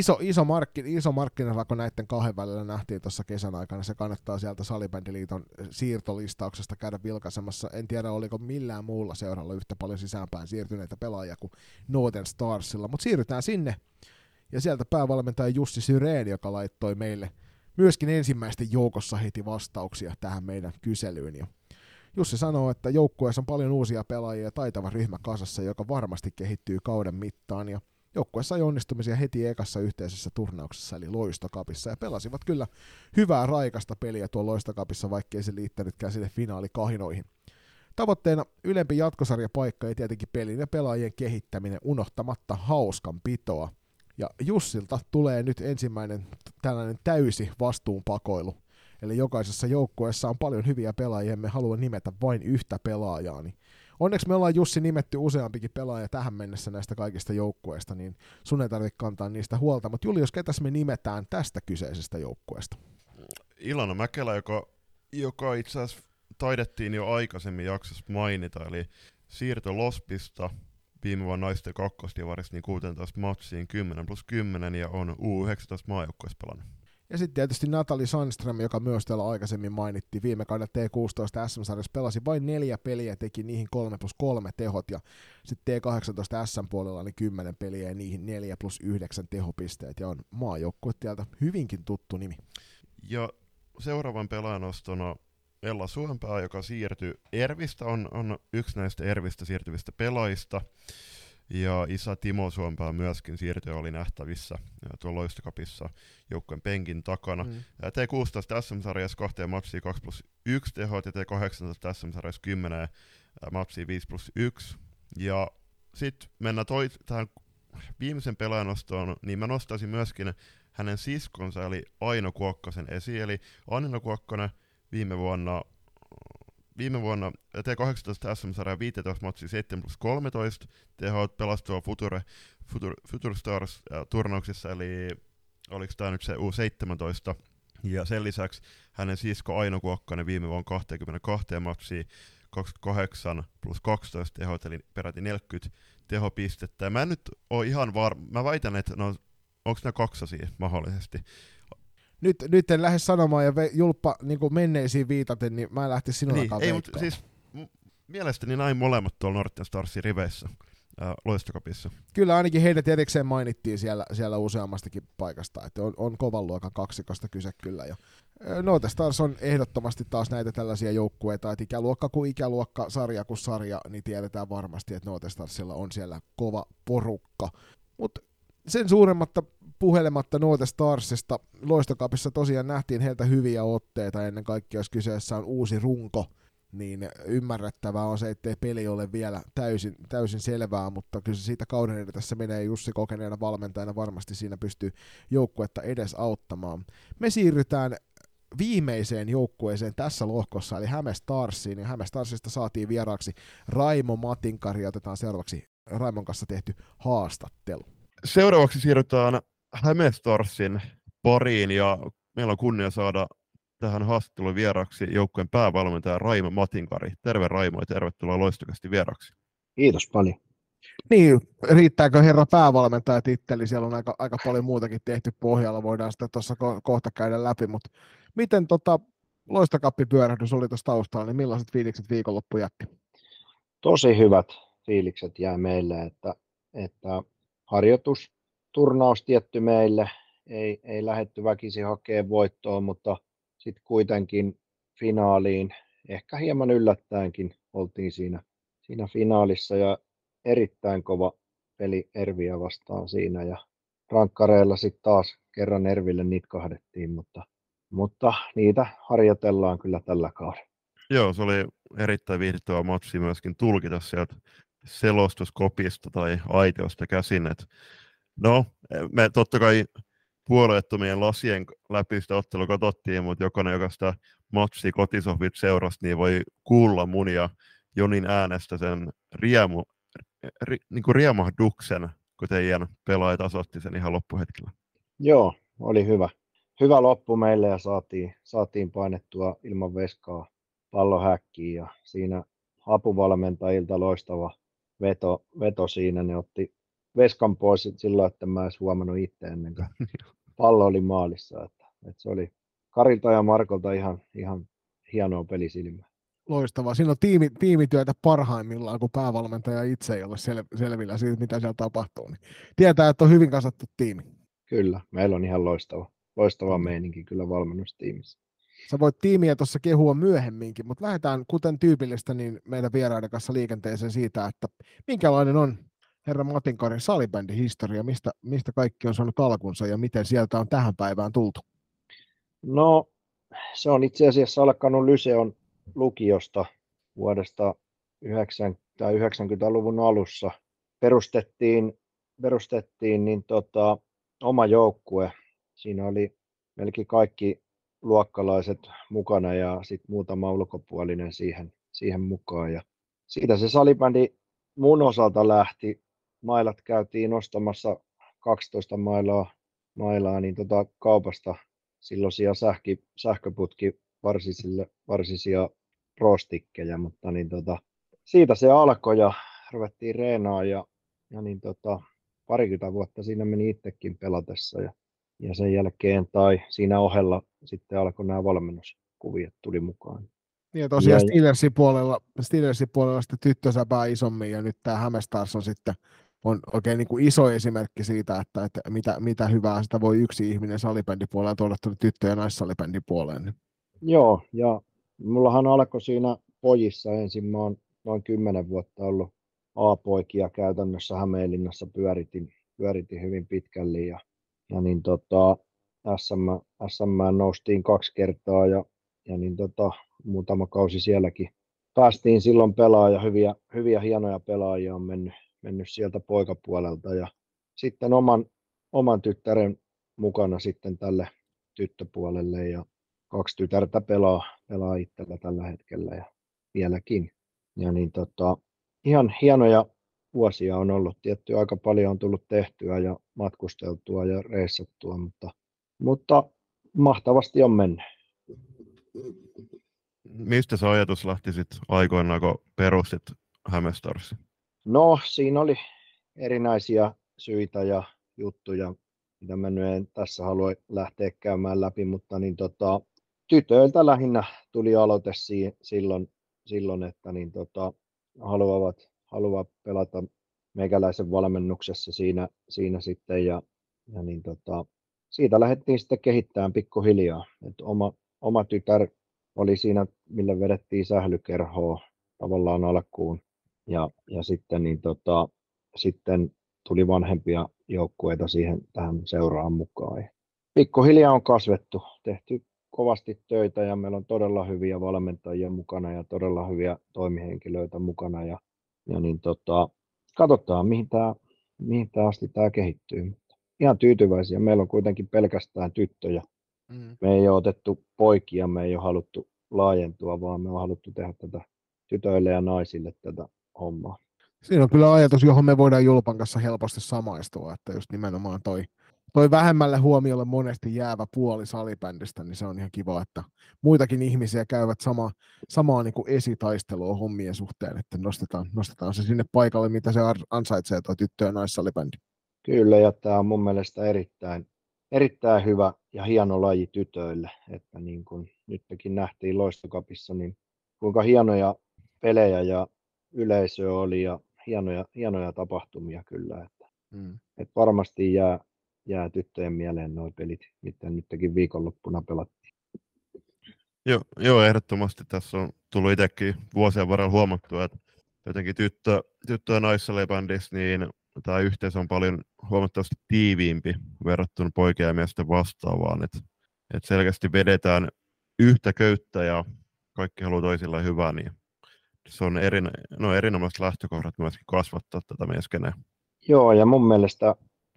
iso markkinarako näiden kahden välillä nähtiin tuossa kesän aikana. Se kannattaa sieltä Salibändiliiton siirtolistauksesta käydä vilkaisemassa. En tiedä, oliko millään muulla seuralla yhtä paljon sisäänpäin siirtyneitä pelaajia kuin Northern Starsilla, mutta siirrytään sinne. Ja sieltä päävalmentaja Jussi Syrén, joka laittoi meille myöskin ensimmäisten joukossa heti vastauksia tähän meidän kyselyyn. Ja Jussi sanoo, että joukkueessa on paljon uusia pelaajia ja taitava ryhmä kasassa, joka varmasti kehittyy kauden mittaan. Ja joukkueessa sai onnistumisia heti ekassa yhteisessä turnauksessa, eli Loistokapissa, ja pelasivat kyllä hyvää raikasta peliä tuolla Loistokapissa, vaikkei se liittänytkään sinne finaalikahinoihin. Tavoitteena ylempi jatkosarjapaikka ja tietenkin pelin ja pelaajien kehittäminen unohtamatta hauskan pitoa. Ja Jussilta tulee nyt ensimmäinen tällainen täysi vastuunpakoilu. Eli jokaisessa joukkueessa on paljon hyviä pelaajia, emme halua nimetä vain yhtä pelaajaa. Niin onneksi me ollaan Jussi nimetty useampikin pelaaja tähän mennessä näistä kaikista joukkueista, niin sun ei tarvitse kantaa niistä huolta. Mutta Julius, ketäs me nimetään tästä kyseisestä joukkueesta? Ilona Mäkelä, joka itse asiassa taidettiin jo aikaisemmin jaksossa mainita, eli siirto Lospista viime vuonna naisten kakkosdivarissa niin 16 matsiin 10+10 ja on U19 maajoukkueessa pelannut. Ja sitten tietysti Natali Sandström, joka myös täällä aikaisemmin mainittiin, viime kaudella T16 SM-sarjassa pelasi vain 4 peliä, teki niihin 3+3 tehot, ja sitten T18 SM-puolella niin 10 peliä ja niihin 4+9 tehopisteet, ja on maajoukkue täältä hyvinkin tuttu nimi. Ja seuraavan pelaajanostona Ella Suompää, joka siirtyi Ervistä, on yksi näistä Ervistä siirtyvistä pelaajista. Ja isä Timo Suompää myöskin siirtyi, oli nähtävissä tuolla Loistokapissa joukkueen penkin takana. T16 SM-sarjassa 2 matsia 2+1 tehot ja T18 SM-sarjassa 10 matsia 5+1. Ja sitten mennään tähän viimeisen pelaajanostoon, niin mä nostaisin myöskin hänen siskonsa, eli Aino Kuokkasen esiin. Eli Anina Kuokkanen viime vuonna T18 SM-sarjan 15 matsia 7+13 tehot pelastua Future Stars turnauksessa, eli oliko tämä nyt se U17. Ja sen lisäksi hänen sisko Aino Kuokkanen viime vuonna 22 matsia 28+12 tehot, eli peräti 40 tehopistettä. Ja mä en nyt ole ihan mä väitän, että onko nämä kaksasia mahdollisesti. Nyt en lähde sanomaan, ja Julppa niin menneisiin viitaten, niin mä lähtisin sinullakaan ei, mutta siis mielestäni näin molemmat tuolla Northern Starsin riveissä Loistokapissa. Kyllä ainakin heidät erikseen mainittiin siellä useammastakin paikasta, että on kovan luokan kaksikosta kyse kyllä. Ja Northern Stars on ehdottomasti taas näitä tällaisia joukkueita, että ikäluokka kuin ikäluokka, sarja kuin sarja, niin tiedetään varmasti, että Northern Starsilla on siellä kova porukka. Mutta sen suuremmatta puhelematta Northern Starsista, Loistokapissa tosiaan nähtiin heiltä hyviä otteita, ennen kaikkea jos kyseessä on uusi runko, niin ymmärrettävää on se, ettei peli ole vielä täysin selvää, mutta kyllä se siitä kauden edessä menee. Jussi kokeneena valmentajana varmasti siinä pystyy joukkuetta edes auttamaan. Me siirrytään viimeiseen joukkueeseen tässä lohkossa, eli Häme Starsiin, ja Häme Starsista saatiin vieraaksi Raimo Matinkari, ja otetaan seuraavaksi Raimon kanssa tehty haastattelu. Seuraavaksi siirrytään Häme Starsin pariin, ja meillä on kunnia saada tähän haastatteluun vieraksi joukkueen päävalmentaja Raimo Matinkari. Terve Raimo ja tervetuloa Loistokasti vieraksi. Kiitos paljon. Niin, riittääkö herra päävalmentaja titteli? Siellä on aika paljon muutakin tehty pohjalla, voidaan sitä tuossa kohta käydä läpi, mutta miten Loistokappipyörähdys oli tuossa taustalla, niin millaiset fiilikset viikonloppu jätti? Tosi hyvät fiilikset jäi meille, että että harjoitusturnaus tietty meille, ei lähdetty väkisin hakemaan voittoa, mutta sitten kuitenkin finaaliin, ehkä hieman yllättäenkin oltiin siinä finaalissa ja erittäin kova peli Erviä vastaan siinä ja rankkareilla sitten taas kerran Erville nitkahdettiin, mutta niitä harjoitellaan kyllä tällä kaudella. Joo, se oli erittäin viihdyttävä matsi myöskin tulkita sieltä selostuskopista tai aitiosta käsin. No, me totta kai puolueettomien lasien läpi sitä ottelua katsottiin, mutta jokainen, joka sitä matsia kotisohvit seurasi, niin voi kuulla mun ja Jonin äänestä sen niin kuin riemahduksen, kun teidän pelaaja tasoitti sen ihan loppuhetkellä. Joo, oli hyvä. Hyvä loppu meille ja saatiin painettua ilman veskaa pallohäkkiin ja siinä apuvalmentajilta loistava veto siinä. Ne otti veskan pois silloin, että mä en edes huomannut itse ennen kuin pallo oli maalissa. Että se oli Karilta ja Markolta ihan hienoa pelisilmää. Loistavaa. Siinä on tiimityötä parhaimmillaan, kun päävalmentaja itse ei ole selvillä siitä, mitä siellä tapahtuu. Niin tietää, että on hyvin kasattu tiimi. Kyllä, meillä on ihan loistava meininki kyllä valmennustiimissä. Sä voit tiimiä tuossa kehua myöhemminkin, mutta lähdetään kuten tyypillistä niin meidän vieraiden kanssa liikenteeseen siitä, että minkälainen on herra Matinkarin salibändin historia, mistä kaikki on saanut alkunsa ja miten sieltä on tähän päivään tultu? No, se on itse asiassa alkanut Lyseon lukiosta vuodesta 90-luvun alussa. Perustettiin niin oma joukkue. Siinä oli melkein kaikki luokkalaiset mukana ja sitten muutama ulkopuolinen siihen mukaan. Ja siitä se salibändi mun osalta lähti. Mailat käytiin ostamassa 12 mailaa niin kaupasta silloisia sähköputkivarsisia pro-stikkejä, mutta niin siitä se alkoi ja ruvettiin reenaa ja niin parikymmentä vuotta siinä meni itsekin pelatessa ja sen jälkeen tai siinä ohella sitten alkoi nämä valmennuskuviot tuli mukaan. Niin tosiaan Steelersin puolella sitten tyttösäpää isommin ja nyt tämä Hämeenstars on sitten on oikein niin kuin iso esimerkki siitä, että mitä hyvää sitä voi yksi ihminen salibändipuolella tuoda tyttö- ja naissalibändipuoleen. Joo, ja mullahan alkoi siinä pojissa ensin, mä oon noin 10 vuotta ollut A-poikia käytännössä Hämeenlinnassa pyöritin hyvin pitkälle ja niin SM noustiin 2 kertaa ja niin muutama kausi sielläkin päästiin silloin pelaamaan ja hyviä hienoja pelaajia on mennyt sieltä poikapuolelta ja sitten oman tyttären mukana sitten tälle tyttöpuolelle ja 2 tytärtä pelaa itsellä tällä hetkellä ja vieläkin. Ja niin ihan hienoja vuosia on ollut. Tietty aika paljon on tullut tehtyä ja matkusteltua ja reissattua, mutta mahtavasti on mennyt. Mistä se ajatus lähti sitten aikoinaan, kun perustit Hämeenstars? No, siinä oli erinäisiä syitä ja juttuja, mitä mä nyt en tässä halua lähteä käymään läpi, mutta niin tytöiltä lähinnä tuli aloite silloin että niin haluaa pelata meikäläisen valmennuksessa siinä sitten ja niin siitä lähdettiin sitten kehittämään pikkuhiljaa. Et oma tytär oli siinä, millä vedettiin sählykerhoa tavallaan alkuun ja sitten niin sitten tuli vanhempia joukkueita tähän seuraan mukaan. Ja pikkuhiljaa on kasvettu, tehty kovasti töitä ja meillä on todella hyviä valmentajia mukana ja todella hyviä toimihenkilöitä mukana ja niin katsotaan mihin tää asti tämä kehittyy. Ihan tyytyväisiä. Meillä on kuitenkin pelkästään tyttöjä. Me ei ole otettu poikia, me ei ole haluttu laajentua, vaan me on haluttu tehdä tätä tytöille ja naisille tätä hommaa. Siinä on kyllä ajatus, johon me voidaan Julpan kanssa helposti samaistua, että just nimenomaan toi vähemmälle huomiolle monesti jäävä puoli salibändistä, niin se on ihan kiva, että muitakin ihmisiä käyvät samaa niin kuin esitaistelua hommien suhteen, että nostetaan se sinne paikalle, mitä se ansaitsee tuo tyttö- ja naissalibändi. Kyllä, ja tämä on mun mielestä erittäin hyvä ja hieno laji tytöille, että niin kuin nytkin nähtiin Loistokapissa, niin kuinka hienoja pelejä ja yleisö oli ja hienoja tapahtumia kyllä. Mm. Että varmasti jää tyttöjen mieleen nuo pelit, mitä nytkin viikonloppuna pelattiin. Joo, ehdottomasti tässä on tullut itsekin vuosien varrella huomattua, että jotenkin tyttö- ja naissalibändissä niin tämä yhteisö on paljon huomattavasti tiiviimpi verrattuna poikien ja miesten vastaavaan. Et selkeästi vedetään yhtä köyttä ja kaikki haluaa toisilla hyvää, niin se on erinomaiset lähtökohdat myöskin kasvattaa tätä mieskenää. Joo, ja mun mielestä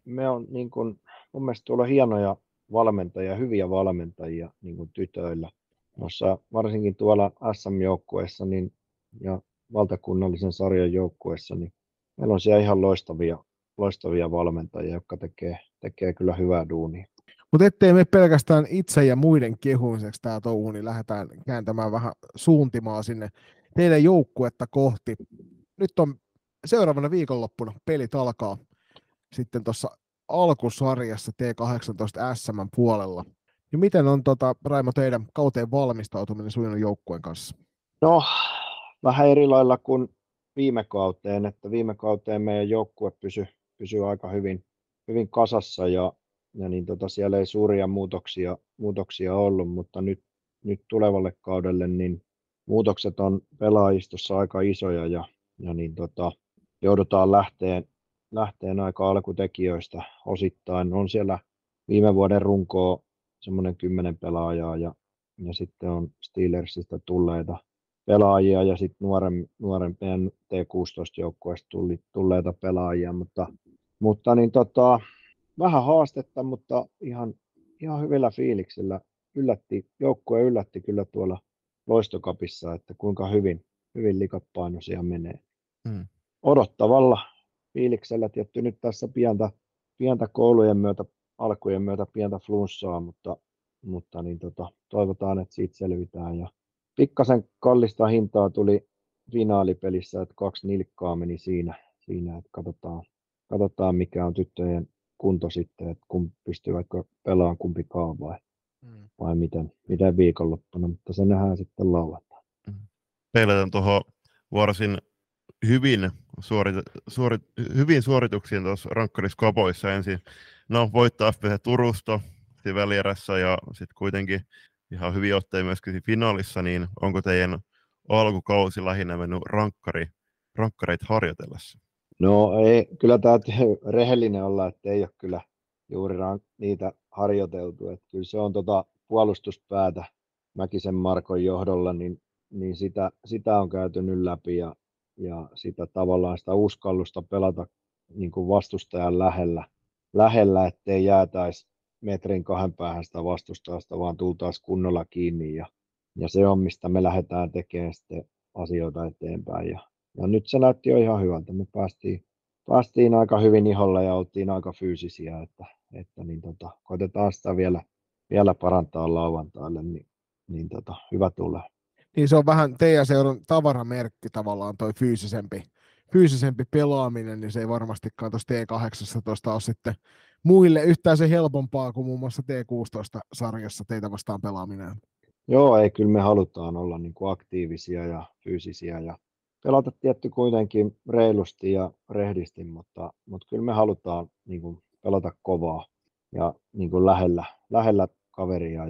mun mielestä tuolla on hienoja valmentajia, hyviä valmentajia niin kuin tytöillä. Varsinkin tuolla SM-joukkueessa ja valtakunnallisen sarjan joukkueessa, niin meillä on siellä ihan loistavia valmentajia, jotka tekee kyllä hyvää duunia. Mutta ettei me pelkästään itse ja muiden kehumiseksi tämä touhu, niin lähdetään kääntämään vähän suuntimaa sinne teidän joukkuetta kohti. Nyt on seuraavana viikonloppuna pelit alkaa sitten tuossa alkusarjassa T18 SM puolella. Ja miten on Raimo teidän kauteen valmistautuminen sujunut joukkueen kanssa? No, vähän eri lailla kuin viime kauteen, että viime kauteen meidän joukkue pysyi aika hyvin kasassa ja siellä ei suuria muutoksia ollut, mutta nyt tulevalle kaudelle niin muutokset on pelaajistossa aika isoja ja joudutaan lähteen aika alkutekijöistä osittain. On siellä viime vuoden runkoa semmoinen 10 pelaajaa ja sitten on Steelersistä tulleita pelaajia ja sitten nuorempien T16-joukkueesta tulleita pelaajia, mutta vähän haastetta, mutta ihan hyvillä fiiliksillä. Joukkue yllätti kyllä tuolla Loistokapissa, että kuinka hyvin likapainoisia menee. Odottavalla fiiliksellä tietty nyt tässä pientä koulujen alkujen myötä pientä flunssaa, mutta toivotaan, että siitä selvitään. Ja pikkasen kallista hintaa tuli finaalipelissä, että 2 nilkkaa meni siinä että katsotaan mikä on tyttöjen kunto sitten, että kun pystyy vaikka pelaamaan kumpikaan vai miten viikonloppuna, mutta se nähdään sitten lauantaina. Peiletään tuohon varsin hyvin suorituksiin tuossa rankkariskapoissa ensin. No, voittaa FPC Turusta siinä välierässä ja sitten kuitenkin ihan hyvin otteja myöskin siinä finaalissa, niin onko teidän alkukausi lähinnä mennyt rankkareita harjoitellessa? No ei, kyllä täytyy rehellinen olla, että ei ole kyllä juuri niitä harjoiteltu. Että kyllä se on puolustuspäätä Mäkisen Markon johdolla, niin sitä on käyty nyt läpi ja sitä tavallaan sitä uskallusta pelata niin kuin vastustajan lähellä, ettei jäätäisi 1-2 metrin päähän sitä vastustajasta, vaan tultaisiin kunnolla kiinni ja se on, mistä me lähdetään tekemään sitten asioita eteenpäin. Ja nyt se näytti jo ihan hyvältä. Me päästiin aika hyvin iholle ja oltiin aika fyysisiä, että koitetaan sitä vielä parantaa lauantaille, niin hyvä tulee. Niin se on vähän teidän seuran tavaramerkki tavallaan toi fyysisempi pelaaminen, niin se ei varmastikaan tuossa T18 ole sitten muille yhtään se helpompaa kuin muun muassa T16-sarjassa teitä vastaan pelaaminen. Joo, ei, kyllä me halutaan olla niin kuin aktiivisia ja fyysisiä ja pelata tietty kuitenkin reilusti ja rehdisti, mutta kyllä me halutaan niin kuin pelata kovaa ja niin kuin lähellä kaveria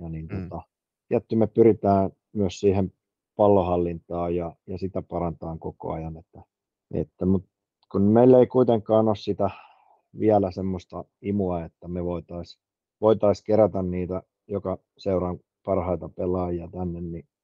tietty me pyritään myös siihen pallonhallintaan ja sitä parantaa koko ajan, mutta kun meillä ei kuitenkaan ole sitä vielä semmoista imua, että me voitaisiin kerätä niitä joka seuran parhaita pelaajia tänne,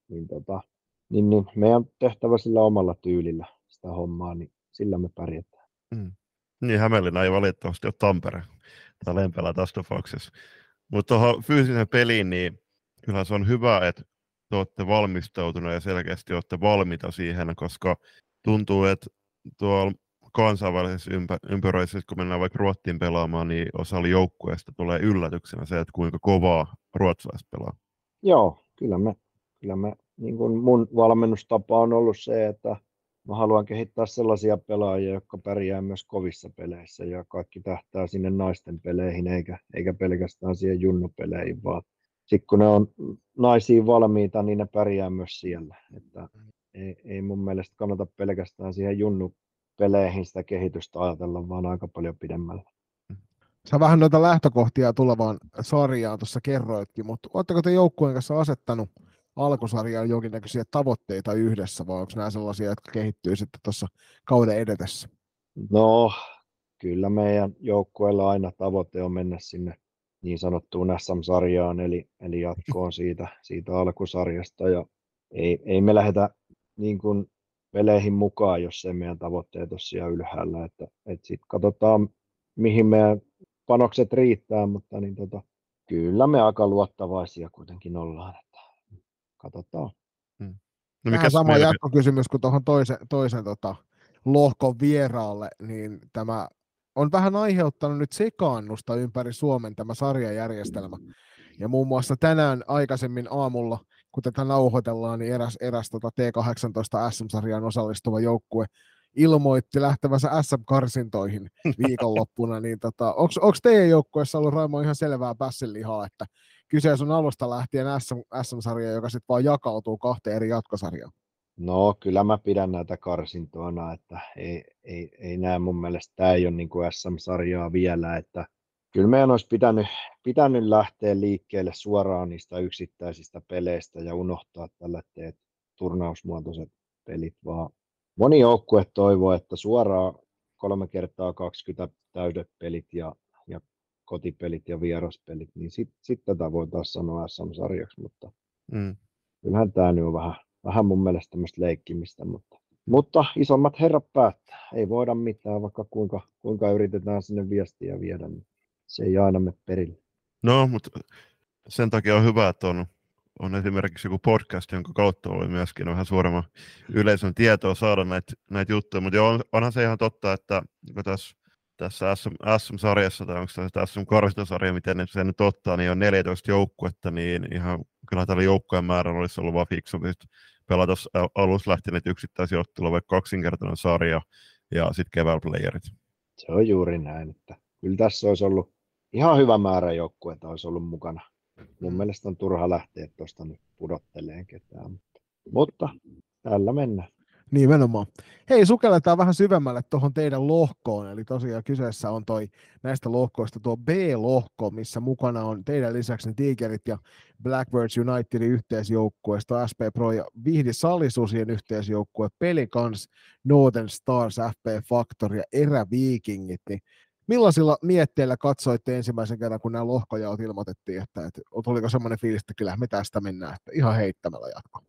niin meidän tehtävä sillä omalla tyylillä sitä hommaa, niin sillä me pärjätään. Niin, Hämeenlinna ei valitettavasti ole Tampere tai Lempelä tässä tapauksessa. Mutta tuohon fyysiseen peliin, niin kyllä se on hyvä, että te olette valmistautuneet ja selkeästi olette valmiita siihen, koska tuntuu, että tuolla kansainvälisessä ympyröissä, kun mennään vaikka Ruottiin pelaamaan, niin osalla joukkueesta tulee yllätyksenä se, että kuinka kovaa ruotsalaiset pelaa. Joo, kyllä me niin kuin mun valmennustapa on ollut se, että mä haluan kehittää sellaisia pelaajia, jotka pärjää myös kovissa peleissä ja kaikki tähtää sinne naisten peleihin eikä pelkästään siihen junnupeleihin, vaan sitten kun ne on naisiin valmiita, niin ne pärjää myös siellä. Että ei mun mielestä kannata pelkästään siihen peleihin sitä kehitystä ajatella vaan aika paljon pidemmällä. Sä vähän noita lähtökohtia tulevaan sarjaan tuossa kerroitkin, mutta ootteko te joukkueen kanssa asettanut alkusarjaan jonkinnäköisiä tavoitteita yhdessä, vai onko nämä sellaisia, jotka kehittyy sitten tuossa kauden edetessä? No, kyllä meidän joukkueella aina tavoite on mennä sinne niin sanottuun SM-sarjaan, eli jatkoon siitä alkusarjasta. Ja ei me lähdetä niin kuin peleihin mukaan, jos ei meidän tavoitteet ole siellä ylhäällä. Että sitten katsotaan, mihin meidän panokset riittää, mutta niin kyllä me aika luottavaisia kuitenkin ollaan. Että katsotaan. No Vähän sama jatkokysymys kuin tuohon toisen lohkon vieraalle, niin tämä on vähän aiheuttanut nyt sekaannusta ympäri Suomen tämä sarjajärjestelmä. Ja muun muassa tänään aikaisemmin aamulla, kun tätä nauhoitellaan, niin eräs T18 SM-sarjaan osallistuva joukkue ilmoitti lähtevänsä SM-karsintoihin viikonloppuna. Niin onko teidän joukkueessa ollut, Raimo, ihan selvää pässinlihaa, että kyseessä on alusta lähtien SM-sarja, joka sitten vaan jakautuu 2 eri jatkosarjaan? No kyllä mä pidän näitä karsintoina, että ei näe mun mielestä, tämä ei ole niin kuin SM-sarjaa vielä, että kyllä meidän olisi pitänyt lähteä liikkeelle suoraan niistä yksittäisistä peleistä ja unohtaa tällaiset turnausmuotoiset pelit, vaan moni joukkue toivoo, että suoraan 3x20 täydet pelit ja kotipelit ja vieraspelit, niin sitten tätä voitaisiin sanoa SM-sarjaksi, mutta kyllähän tämä nyt on vähän mun mielestä tämmöistä leikkimistä, mutta isommat herrat päättää. Ei voida mitään, vaikka kuinka yritetään sinne viestiä viedä, niin se ei aina mene perille. No, mutta sen takia on hyvä, että on esimerkiksi joku podcast, jonka kautta voi myöskin vähän suuremman yleisön tietoa saada näitä juttuja. Mutta onhan se ihan totta, että tässä SM-sarjassa, tai onko tämä SM-karsintasarja, miten se nyt ottaa, niin on 14 joukkuetta, niin ihan kyllä tällä joukkueen määrällä olisi ollut vaan fiksumpi pelata alussa lähteneet yksittäisiä otteluja, vaikka kaksinkertainen sarja ja sitten keväällä playerit. Se on juuri näin, että kyllä tässä olisi ollut ihan hyvä määrä joukkueita olisi ollut mukana. Mun mielestä on turha lähteä tuosta nyt pudotteleen ketään, mutta tällä mennään. Nimenomaan. Hei, sukelletaan vähän syvemmälle tuohon teidän lohkoon, eli tosiaan kyseessä on näistä lohkoista tuo B-lohko, missä mukana on teidän lisäksi ne Tigerit ja Blackbirds Unitedin yhteisjoukkueesta, SP Pro ja Vihdi Salisuusien yhteisjoukkue, Pelicans, Northern Stars, FP Factor ja Eräviikingit, niin millaisilla mietteillä katsoitte ensimmäisen kerran, kun nämä lohkojaot ilmoitettiin, että tuliko semmoinen fiilis, että kyllä me tästä mennään, että ihan heittämällä jatkoon?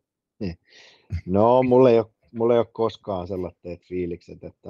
No, mulla ei ole koskaan sellaiset fiilikset, että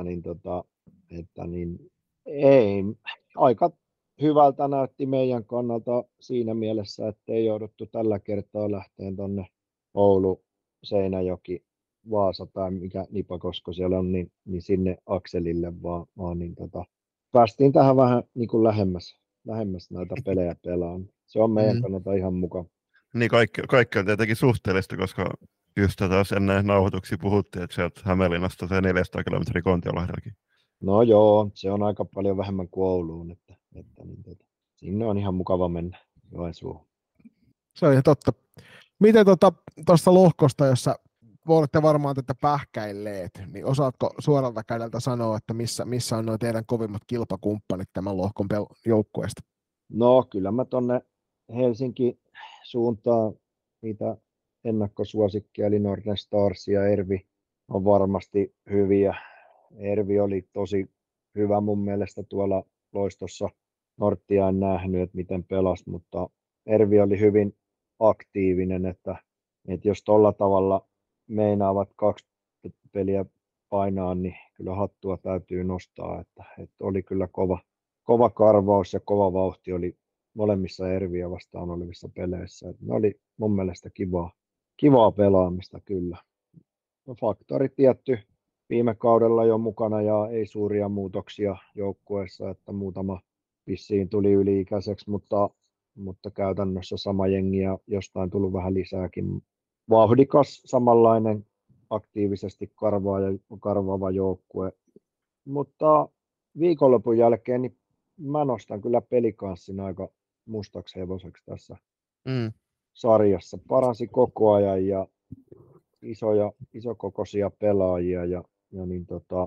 ei, aika hyvältä näytti meidän kannalta siinä mielessä, että ei jouduttu tällä kertaa lähteen tuonne Oulu, Seinäjoki, Vaasa tai mikä Nipakosko siellä on, niin sinne akselille, vaan päästiin tähän vähän niin kuin lähemmäs näitä pelejä pelaan. Se on meidän kannalta ihan mukava. Niin kaikki on tietenkin suhteellista, koska just taas ennen nauhoituksia puhuttiin, että sieltä Hämeenlinnasta se 400 kilometriä Kontiolahdellekin. No joo, se on aika paljon vähemmän kuin Ouluun, että sinne on ihan mukava mennä Joensuuhun. Se on ihan totta. Miten tuosta lohkosta, jossa olette varmaan tätä pähkäilleet, niin osaatko suoralta kädeltä sanoa, että missä on nuo teidän kovimmat kilpakumppanit tämän lohkon joukkueesta? No kyllä mä tonne Helsinki suuntaan niitä ennakkosuosikkia, eli Northern Stars ja Ervi on varmasti hyviä. Ervi oli tosi hyvä mun mielestä tuolla loistossa. Norttia en nähnyt, että miten pelasi, mutta Ervi oli hyvin aktiivinen, että jos tuolla tavalla meinaavat 2 peliä painaa, niin kyllä hattua täytyy nostaa, että oli kyllä kova karvaus ja kova vauhti oli molemmissa Erviä vastaan olevissa peleissä. Että ne oli mun mielestä kivaa pelaamista kyllä. Faktori tietty viime kaudella jo mukana ja ei suuria muutoksia joukkueessa, että muutama vissiin tuli yli-ikäiseksi, mutta käytännössä sama jengi ja jostain tullut vähän lisääkin. Vauhdikas, samanlainen aktiivisesti karvaava joukkue, mutta viikonlopun jälkeen niin mä nostan kyllä Pelikanssin aika mustaksi hevoseksi tässä sarjassa. Paransi koko ajan ja isokokoisia pelaajia ja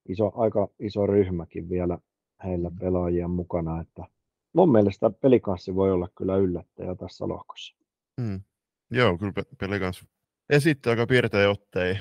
aika iso ryhmäkin vielä heillä pelaajia mukana, että mun mielestä Pelikanssi voi olla kyllä yllättäjä tässä lohkossa. Joo, kyllä Pelikans esitti aika piirtein otteja.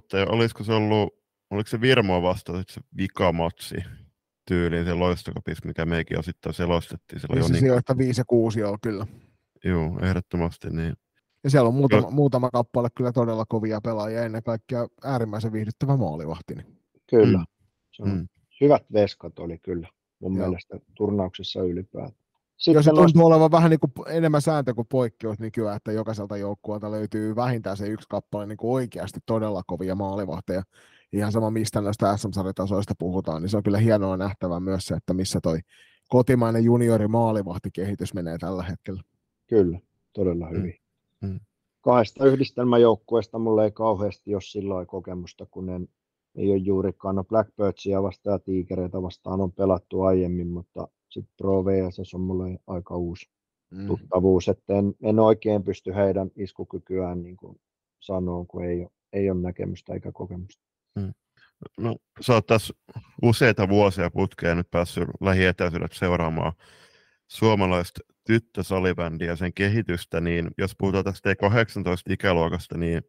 Oliko se Virmoa vastaan se vikamatsi tyyliin se loistokapis, mikä meikin osittain selostettiin. Missä sijoittaa 5 ja 6 joo, kyllä. Joo, ehdottomasti niin. Ja siellä on muutama kappale kyllä todella kovia pelaajia, ennen kaikkea äärimmäisen viihdyttävä maalivahti. Kyllä, hyvät veskat oli kyllä mun mielestä turnauksessa ylipäätään. Jos se tuntuu olevan vähän niin kuin enemmän sääntö kuin poikkeus, niin kyllä, että jokaiselta joukkueelta löytyy vähintään se yksi kappale niin kuin oikeasti todella kovia maalivahteja. Ihan sama, mistä näistä SM-sarjatasoista puhutaan, niin se on kyllä hienoa nähtävää myös se, että missä toi kotimainen juniori maalivahtikehitys menee tällä hetkellä. Kyllä, todella hyvin. Kahdesta yhdistelmäjoukkueesta mulla ei kauheasti ole sillä lailla kokemusta, kun ei ole juurikaan. No Blackbirdsia vastaan ja Tigereitä vastaan on pelattu aiemmin, mutta sitten Pro VSS on mulle aika uusi tuttavuus, että en oikein pysty heidän iskukykyään niin kuin sanoa, kun ei ole näkemystä eikä kokemusta. No, sä oot tässä useita vuosia putkeen nyt päässyt lähietäisyydet seuraamaan suomalaista tyttösalibändiä ja sen kehitystä, niin jos puhutaan tästä T18-ikäluokasta, niin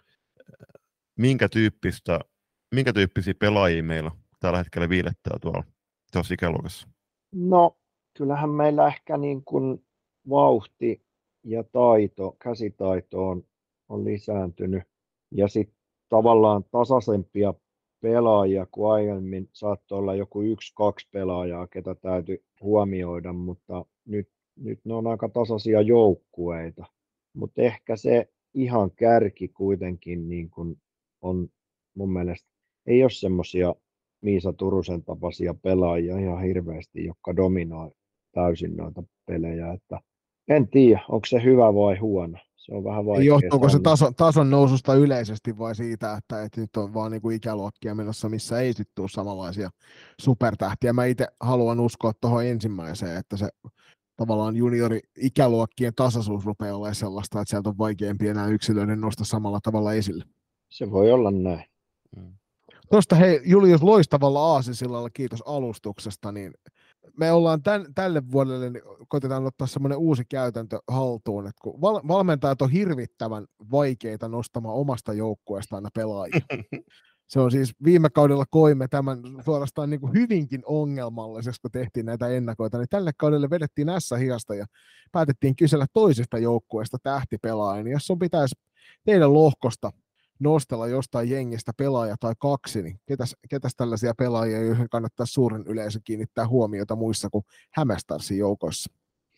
minkä tyyppisiä pelaajia meillä tällä hetkellä viilettää tuossa ikäluokassa? No, kyllähän meillä ehkä niin kuin vauhti ja käsitaito on lisääntynyt. Ja sitten tavallaan tasaisempia pelaajia kuin aiemmin saattoi olla joku 1-2 pelaajaa, ketä täytyy huomioida, mutta nyt ne on aika tasaisia joukkueita. Mutta ehkä se ihan kärki kuitenkin niin kuin on mun mielestä, ei ole semmoisia Miisa Turusen tapaisia pelaajia ihan hirveästi, jotka dominoi täysin noita pelejä. Että en tiedä, onko se hyvä vai huono. Se on vähän vaikea. Johtuuko se tason noususta yleisesti vai siitä, että nyt on vaan niinku ikäluokkia menossa, missä ei sitten tule samanlaisia supertähtiä? Mä itse haluan uskoa tuohon ensimmäiseen, että se tavallaan juniori-ikäluokkien tasaisuus rupeaa olemaan sellaista, että sieltä on vaikeampi enää yksilöiden nostaa samalla tavalla esille. Se voi olla näin. Tuosta hei Julius loistavalla aasisillalla, kiitos alustuksesta, niin me ollaan tälle vuodelle, niin koitetaan ottaa semmoinen uusi käytäntö haltuun, että kun valmentajat on hirvittävän vaikeita nostamaan omasta joukkueesta aina pelaajia. Se on siis viime kaudella koimme tämän suorastaan niin kuin hyvinkin ongelmalliseksi, kun tehtiin näitä ennakoita, niin tälle kaudelle vedettiin S-hiasta ja päätettiin kysellä toisesta joukkueesta tähtipelaajan, niin jos sun pitäisi teidän lohkosta nostella jostain jengistä pelaaja tai kaksi, niin ketäs tällaisia pelaajia, joihin kannattaa suuren yleisö kiinnittää huomiota muissa kuin Hämestarsin joukoissa?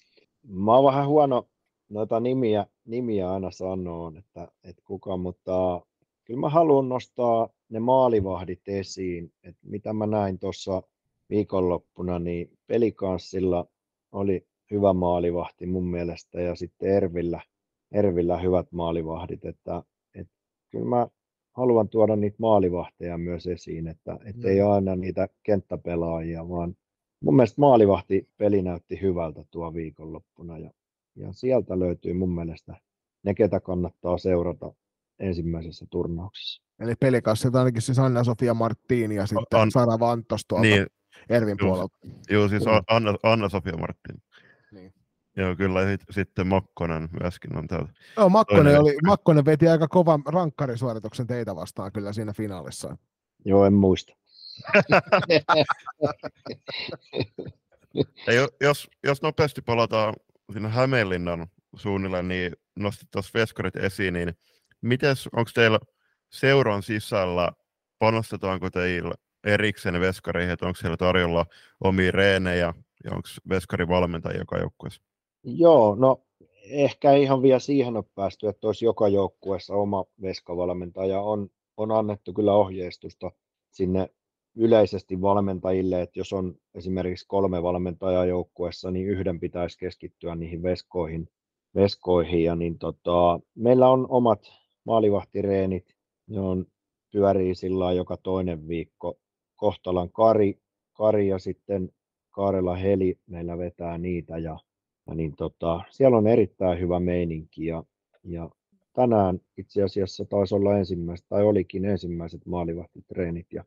Mä oon vähän huono noita nimiä aina sanoa, että kuka, mutta kyllä mä haluan nostaa ne maalivahdit esiin, että mitä mä näin tuossa viikonloppuna, niin Pelikanssilla oli hyvä maalivahti mun mielestä ja sitten Ervillä hyvät maalivahdit, että kyllä mä haluan tuoda niitä maalivahteja myös esiin, että ei aina niitä kenttäpelaajia, vaan mun mielestä maalivahtipeli näytti hyvältä tuo viikonloppuna ja sieltä löytyy mun mielestä ne, ketä kannattaa seurata ensimmäisessä turnauksessa. Eli Pelikassilta ainakin siis Anna-Sofia Martini ja sitten Sara Vantos tuolta niin, Ervin puolelta. Joo, siis Anna-Sofia Martini. Niin. Joo, kyllä sitten Makkonen myöskin on täältä. Joo, Makkonen veti aika kovan rankkarisuorituksen teitä vastaan kyllä siinä finaalissa. Joo, en muista. jos nopeasti palataan sinne Hämeenlinnan suunnille, niin nostit tuossa veskarit esiin, niin onko teillä seuran sisällä, panostetaanko teillä erikseen veskareihin, että onko siellä tarjolla omia reenejä ja onko veskarivalmentajia joka joukkueessa? Joo, no ehkä ihan vielä siihen on päästy, että olisi joka joukkueessa oma veskavalmentaja. On annettu kyllä ohjeistusta sinne yleisesti valmentajille, että jos on esimerkiksi 3 valmentajaa joukkueessa, niin yhden pitäisi keskittyä niihin veskoihin. Ja niin meillä on omat maalivahtireenit, ne pyörii sillä joka toinen viikko. Kohtalan Kari ja sitten Kaarela Heli meillä vetää niitä ja niin siellä on erittäin hyvä meininki ja tänään itse asiassa taisi olla olikin ensimmäiset maalivahtitreenit ja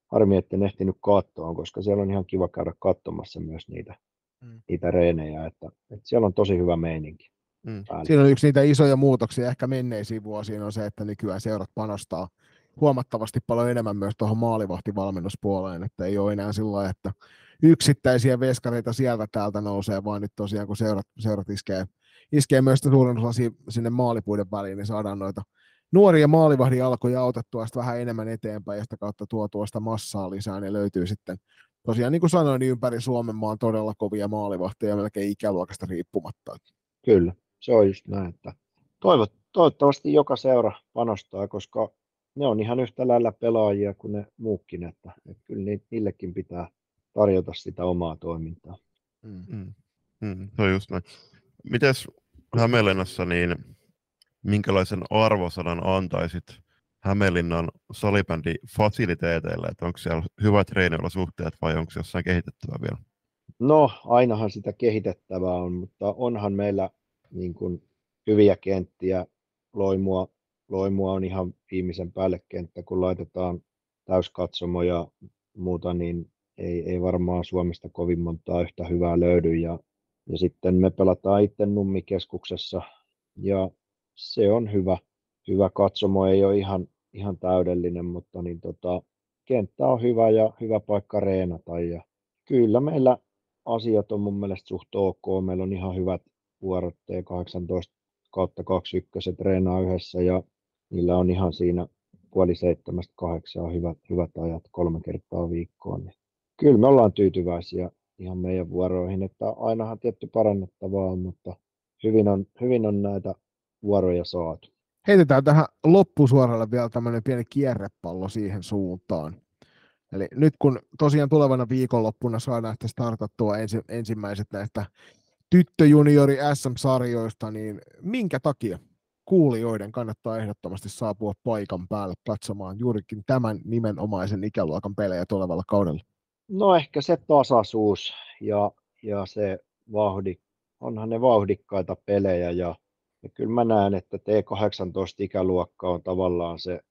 harmi, etten ehtinyt katsoa, koska siellä on ihan kiva käydä katsomassa myös niitä reenejä, että siellä on tosi hyvä meininki päällä. Siinä on yksi niitä isoja muutoksia ehkä menneisiin vuosiin on se, että nykyään seurat panostaa huomattavasti paljon enemmän myös tuohon maalivahtivalmennuspuoleen, että ei ole enää sillä lailla, että yksittäisiä veskareita sieltä täältä nousee, vaan nyt tosiaan kun seurat iskee myös suurin osa sinne maalipuiden väliin, niin saadaan noita nuoria maalivahdin alkoja autettua vähän enemmän eteenpäin ja sitä kautta tuotua sitä massaa lisää, niin löytyy sitten tosiaan niin kuin sanoin, niin ympäri Suomen maan todella kovia maalivahtia melkein ikäluokasta riippumatta. Kyllä, se on just näin, että toivottavasti joka seura panostaa, koska ne on ihan yhtä lailla pelaajia kuin ne muukin, että kyllä niillekin pitää tarjota sitä omaa toimintaa. Se on just näin. Mites Hämeenlinnassa, niin minkälaisen arvosanan antaisit Hämeenlinnan salibändin fasiliteeteille, että onko siellä hyvät treeniolosuhteet vai onko jossain kehitettävää vielä? No, ainahan sitä kehitettävää on, mutta onhan meillä niin kuin hyviä kenttiä. Loimua on ihan viimeisen päälle kenttä, kun laitetaan täyskatsomo ja muuta, niin ei varmaan Suomesta kovin montaa yhtä hyvää löydy. Ja sitten me pelataan itse Nummikeskuksessa ja se on hyvä katsomo, ei ole ihan täydellinen, mutta niin kenttä on hyvä ja hyvä paikka reenata. Ja kyllä meillä asiat on mun mielestä suht ok. Meillä on ihan hyvät vuorot T18/21 treenaa yhdessä ja niillä on ihan siinä 6:30–8 hyvät ajat 3 kertaa viikkoon. Niin kyllä me ollaan tyytyväisiä ihan meidän vuoroihin, että ainahan tietty parannettavaa on, mutta hyvin on näitä vuoroja saatu. Heitetään tähän loppusuoralle vielä tämmöinen pieni kierrepallo siihen suuntaan. Eli nyt kun tosiaan tulevana viikonloppuna saadaan sitten startattua ensimmäiset näistä tyttöjuniori SM-sarjoista, niin minkä takia kuulijoiden kannattaa ehdottomasti saapua paikan päälle katsomaan juurikin tämän nimenomaisen ikäluokan pelejä tulevalla kaudella? No ehkä se tasaisuus ja se onhan ne vauhdikkaita pelejä ja kyllä mä näen, että T18-ikäluokka on tavallaan se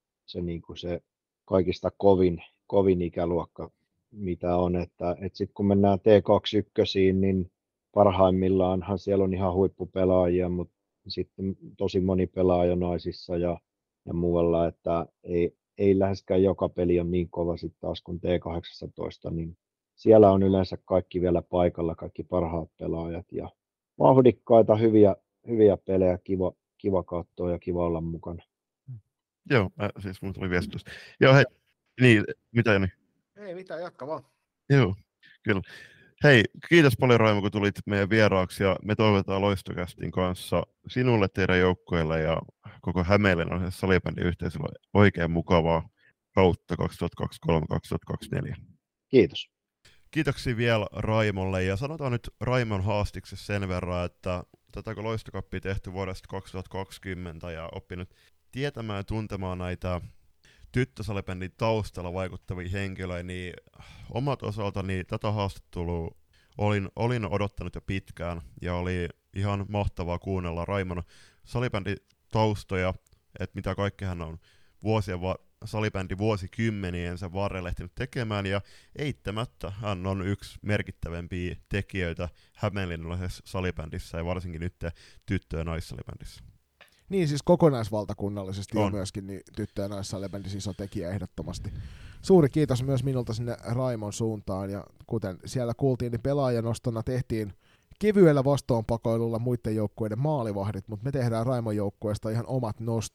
kaikista kovin ikäluokka, mitä on, että sitten kun mennään T21, niin parhaimmillaanhan siellä on ihan huippupelaajia, mutta sitten tosi moni pelaaja naisissa ja muualla, että ei läheskään joka peli ole niin kova sitten taas kuin T18, niin siellä on yleensä kaikki vielä paikalla, kaikki parhaat pelaajat ja vauhdikkaita, hyviä pelejä, kiva katsoa ja kiva olla mukana. Joo, siis mun tuli viesti tuosta. Joo, hei, niin, mitä Jani? Ei mitään, jatka vaan. Joo, kyllä. Hei, kiitos paljon Raimo, kun tulit meidän vieraaksi ja me toivotaan Loistokästin kanssa sinulle, teidän joukkueelle ja koko Hämeenlinnan salibändin yhteisölle oikein mukavaa kautta 2023-2024. Kiitos. Kiitoksia vielä Raimolle ja sanotaan nyt Raimon haastiksessa sen verran, että tätä kun Loistokappia tehty vuodesta 2020 ja oppinut tietämään ja tuntemaan näitä tyttösalibändin taustalla vaikuttavia henkilöitä, niin omat osaltani tätä haastattelua olin odottanut jo pitkään ja oli ihan mahtavaa kuunnella Raimon salibändin taustoja, että mitä kaikki hän on salibändin vuosikymmeniensä varrella ehtinyt tekemään, ja eittämättä hän on yksi merkittävämpiä tekijöitä hämeenlinnalaisessa salibändissä ja varsinkin nyt tyttö- ja naissalibändissä. Niin siis kokonaisvaltakunnallisesti on myöskin niin tyttö- ja naissalibändissä iso tekijä ehdottomasti. Suuri kiitos myös minulta sinne Raimon suuntaan, ja kuten siellä kuultiin, niin pelaajanostona tehtiin kevyellä vastoonpakoilulla muiden joukkueiden maalivahdit, mutta me tehdään Raimon joukkueesta ihan omat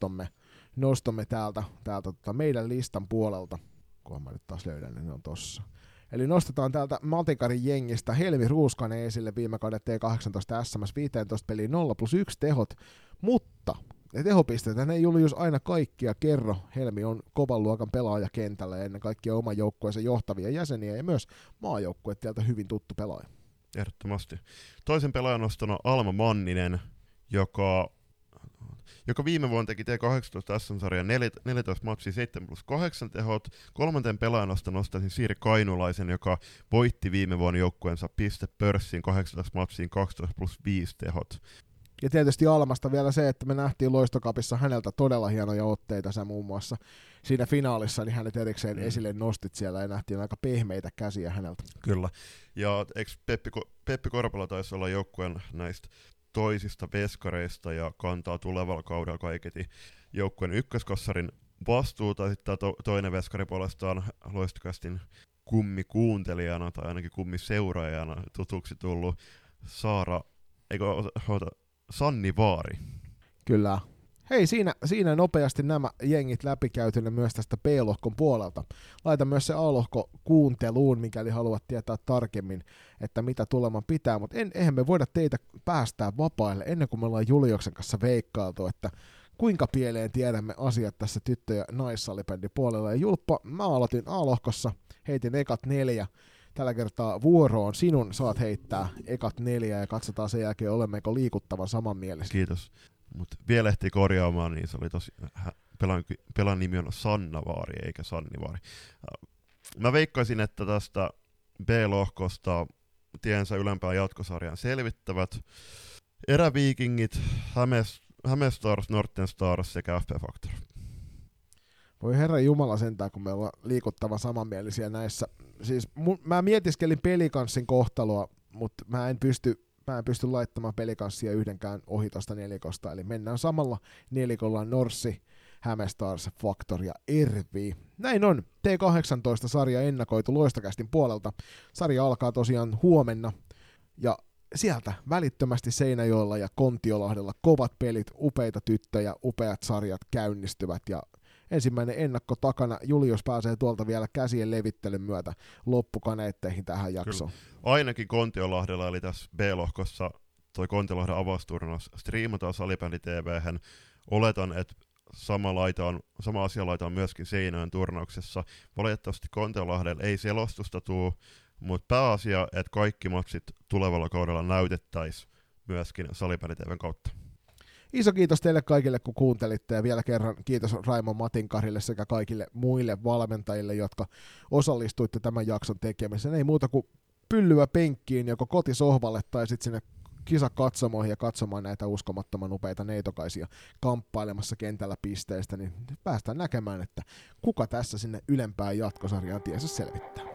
nostomme täältä meidän listan puolelta. Kunhan mä nyt taas löydän, niin ne on tossa. Eli nostetaan täältä Matikarin jengistä Helmi Ruuskanen esille viime kauden T18 SMS 15 peliin 0+1 tehot, mutta ne tehopisteet ei Julius aina kaikkia kerro. Helmi on kovan luokan pelaaja kentällä ja ennen kaikkea oman joukkueensa johtavia jäseniä ja myös maajoukkueet täältä hyvin tuttu pelaaja. Ehdottomasti. Toisen pelaajan nostona Alma Manninen, joka viime vuonna teki T18 SM-sarjan 14 matsia 7+8 tehot. Kolmanten pelaajanosta nostaisin Siiri Kainulaisen, joka voitti viime vuonna joukkueensa pistepörssin 18 matsiin 12+5 tehot. Ja tietysti Almasta vielä se, että me nähtiin Loistokapissa häneltä todella hienoja otteita, sä muun muassa siinä finaalissa, niin hänet erikseen esille nostit siellä ja nähtiin aika pehmeitä käsiä häneltä. Kyllä. Ja eikö Peppi Korpela taisi olla joukkueen näistä toisista veskareista ja kantaa tulevalla kaudella kaiketi joukkueen ykköskossarin vastuuta. Sitten toinen veskari puolestaan Loistokastin kummikuuntelijana tai ainakin kummiseuraajana tutuksi tullut Sanni Vaari. Kyllä. Hei, siinä nopeasti nämä jengit läpikäytynä myös tästä B-lohkon puolelta. Laita myös se A-lohko kuunteluun, mikäli haluat tietää tarkemmin, että mitä tuleman pitää, mutta eihän me voida teitä päästää vapaille ennen kuin me ollaan Juliuksen kanssa veikkailtu, että kuinka pieleen tiedämme asiat tässä tyttö- ja naissalibändin puolella. Ja Julppa, mä aloitin A-lohkossa, heitin ekat 4. Tällä kertaa vuoroon sinun, saat heittää ekat 4 ja katsotaan sen jälkeen, olemmeko liikuttavan samanmielisiä. Kiitos. Mutta vielä ehti korjaamaan, niin se oli pelan nimi on Sanna Vaari eikä Sanni Vaari. Mä veikkaisin, että tästä B-lohkosta tiensä ylempään jatkosarjaan selvittävät Eräviikingit, Häme Stars, Norten Stars sekä FP Factor. Voi herra jumala sentään, kun me ollaan liikuttavan samanmielisiä näissä. Siis mä mietiskelin Pelikanssin kohtaloa, mutta mä en pysty laittamaan Pelikanssia yhdenkään ohi tosta nelikosta, eli mennään samalla nelikolla Norssi, Häme Stars, Factor ja Ervi. Näin on T18-sarja ennakoitu Loistokästin puolelta. Sarja alkaa tosiaan huomenna, ja sieltä välittömästi Seinäjoella ja Kontiolahdella kovat pelit, upeita tyttöjä, upeat sarjat käynnistyvät, ja ensimmäinen ennakko takana. Julius pääsee tuolta vielä käsien levittelyn myötä loppukaneetteihin tähän jaksoon. Kyllä. Ainakin Kontiolahdella, eli tässä B-lohkossa toi Kontiolahden avausturnaus striimataan Salibändi TV:hen. Oletan, että sama asia laitetaan myöskin Seinäjoen turnauksessa. Valitettavasti Kontiolahdella ei selostusta tule, mutta pääasia, että kaikki matsit tulevalla kaudella näytettäisiin myöskin Salibändi TV:n kautta. Iso kiitos teille kaikille, kun kuuntelitte, ja vielä kerran kiitos Raimo Matinkarille sekä kaikille muille valmentajille, jotka osallistuitte tämän jakson tekemiseen. Ei muuta kuin pyllyä penkkiin, joko kotisohvalle tai sitten sinne kisakatsomoihin ja katsomaan näitä uskomattoman upeita neitokaisia kamppailemassa kentällä pisteistä, niin päästään näkemään, että kuka tässä sinne ylempään jatkosarjaan tiensä selvittää.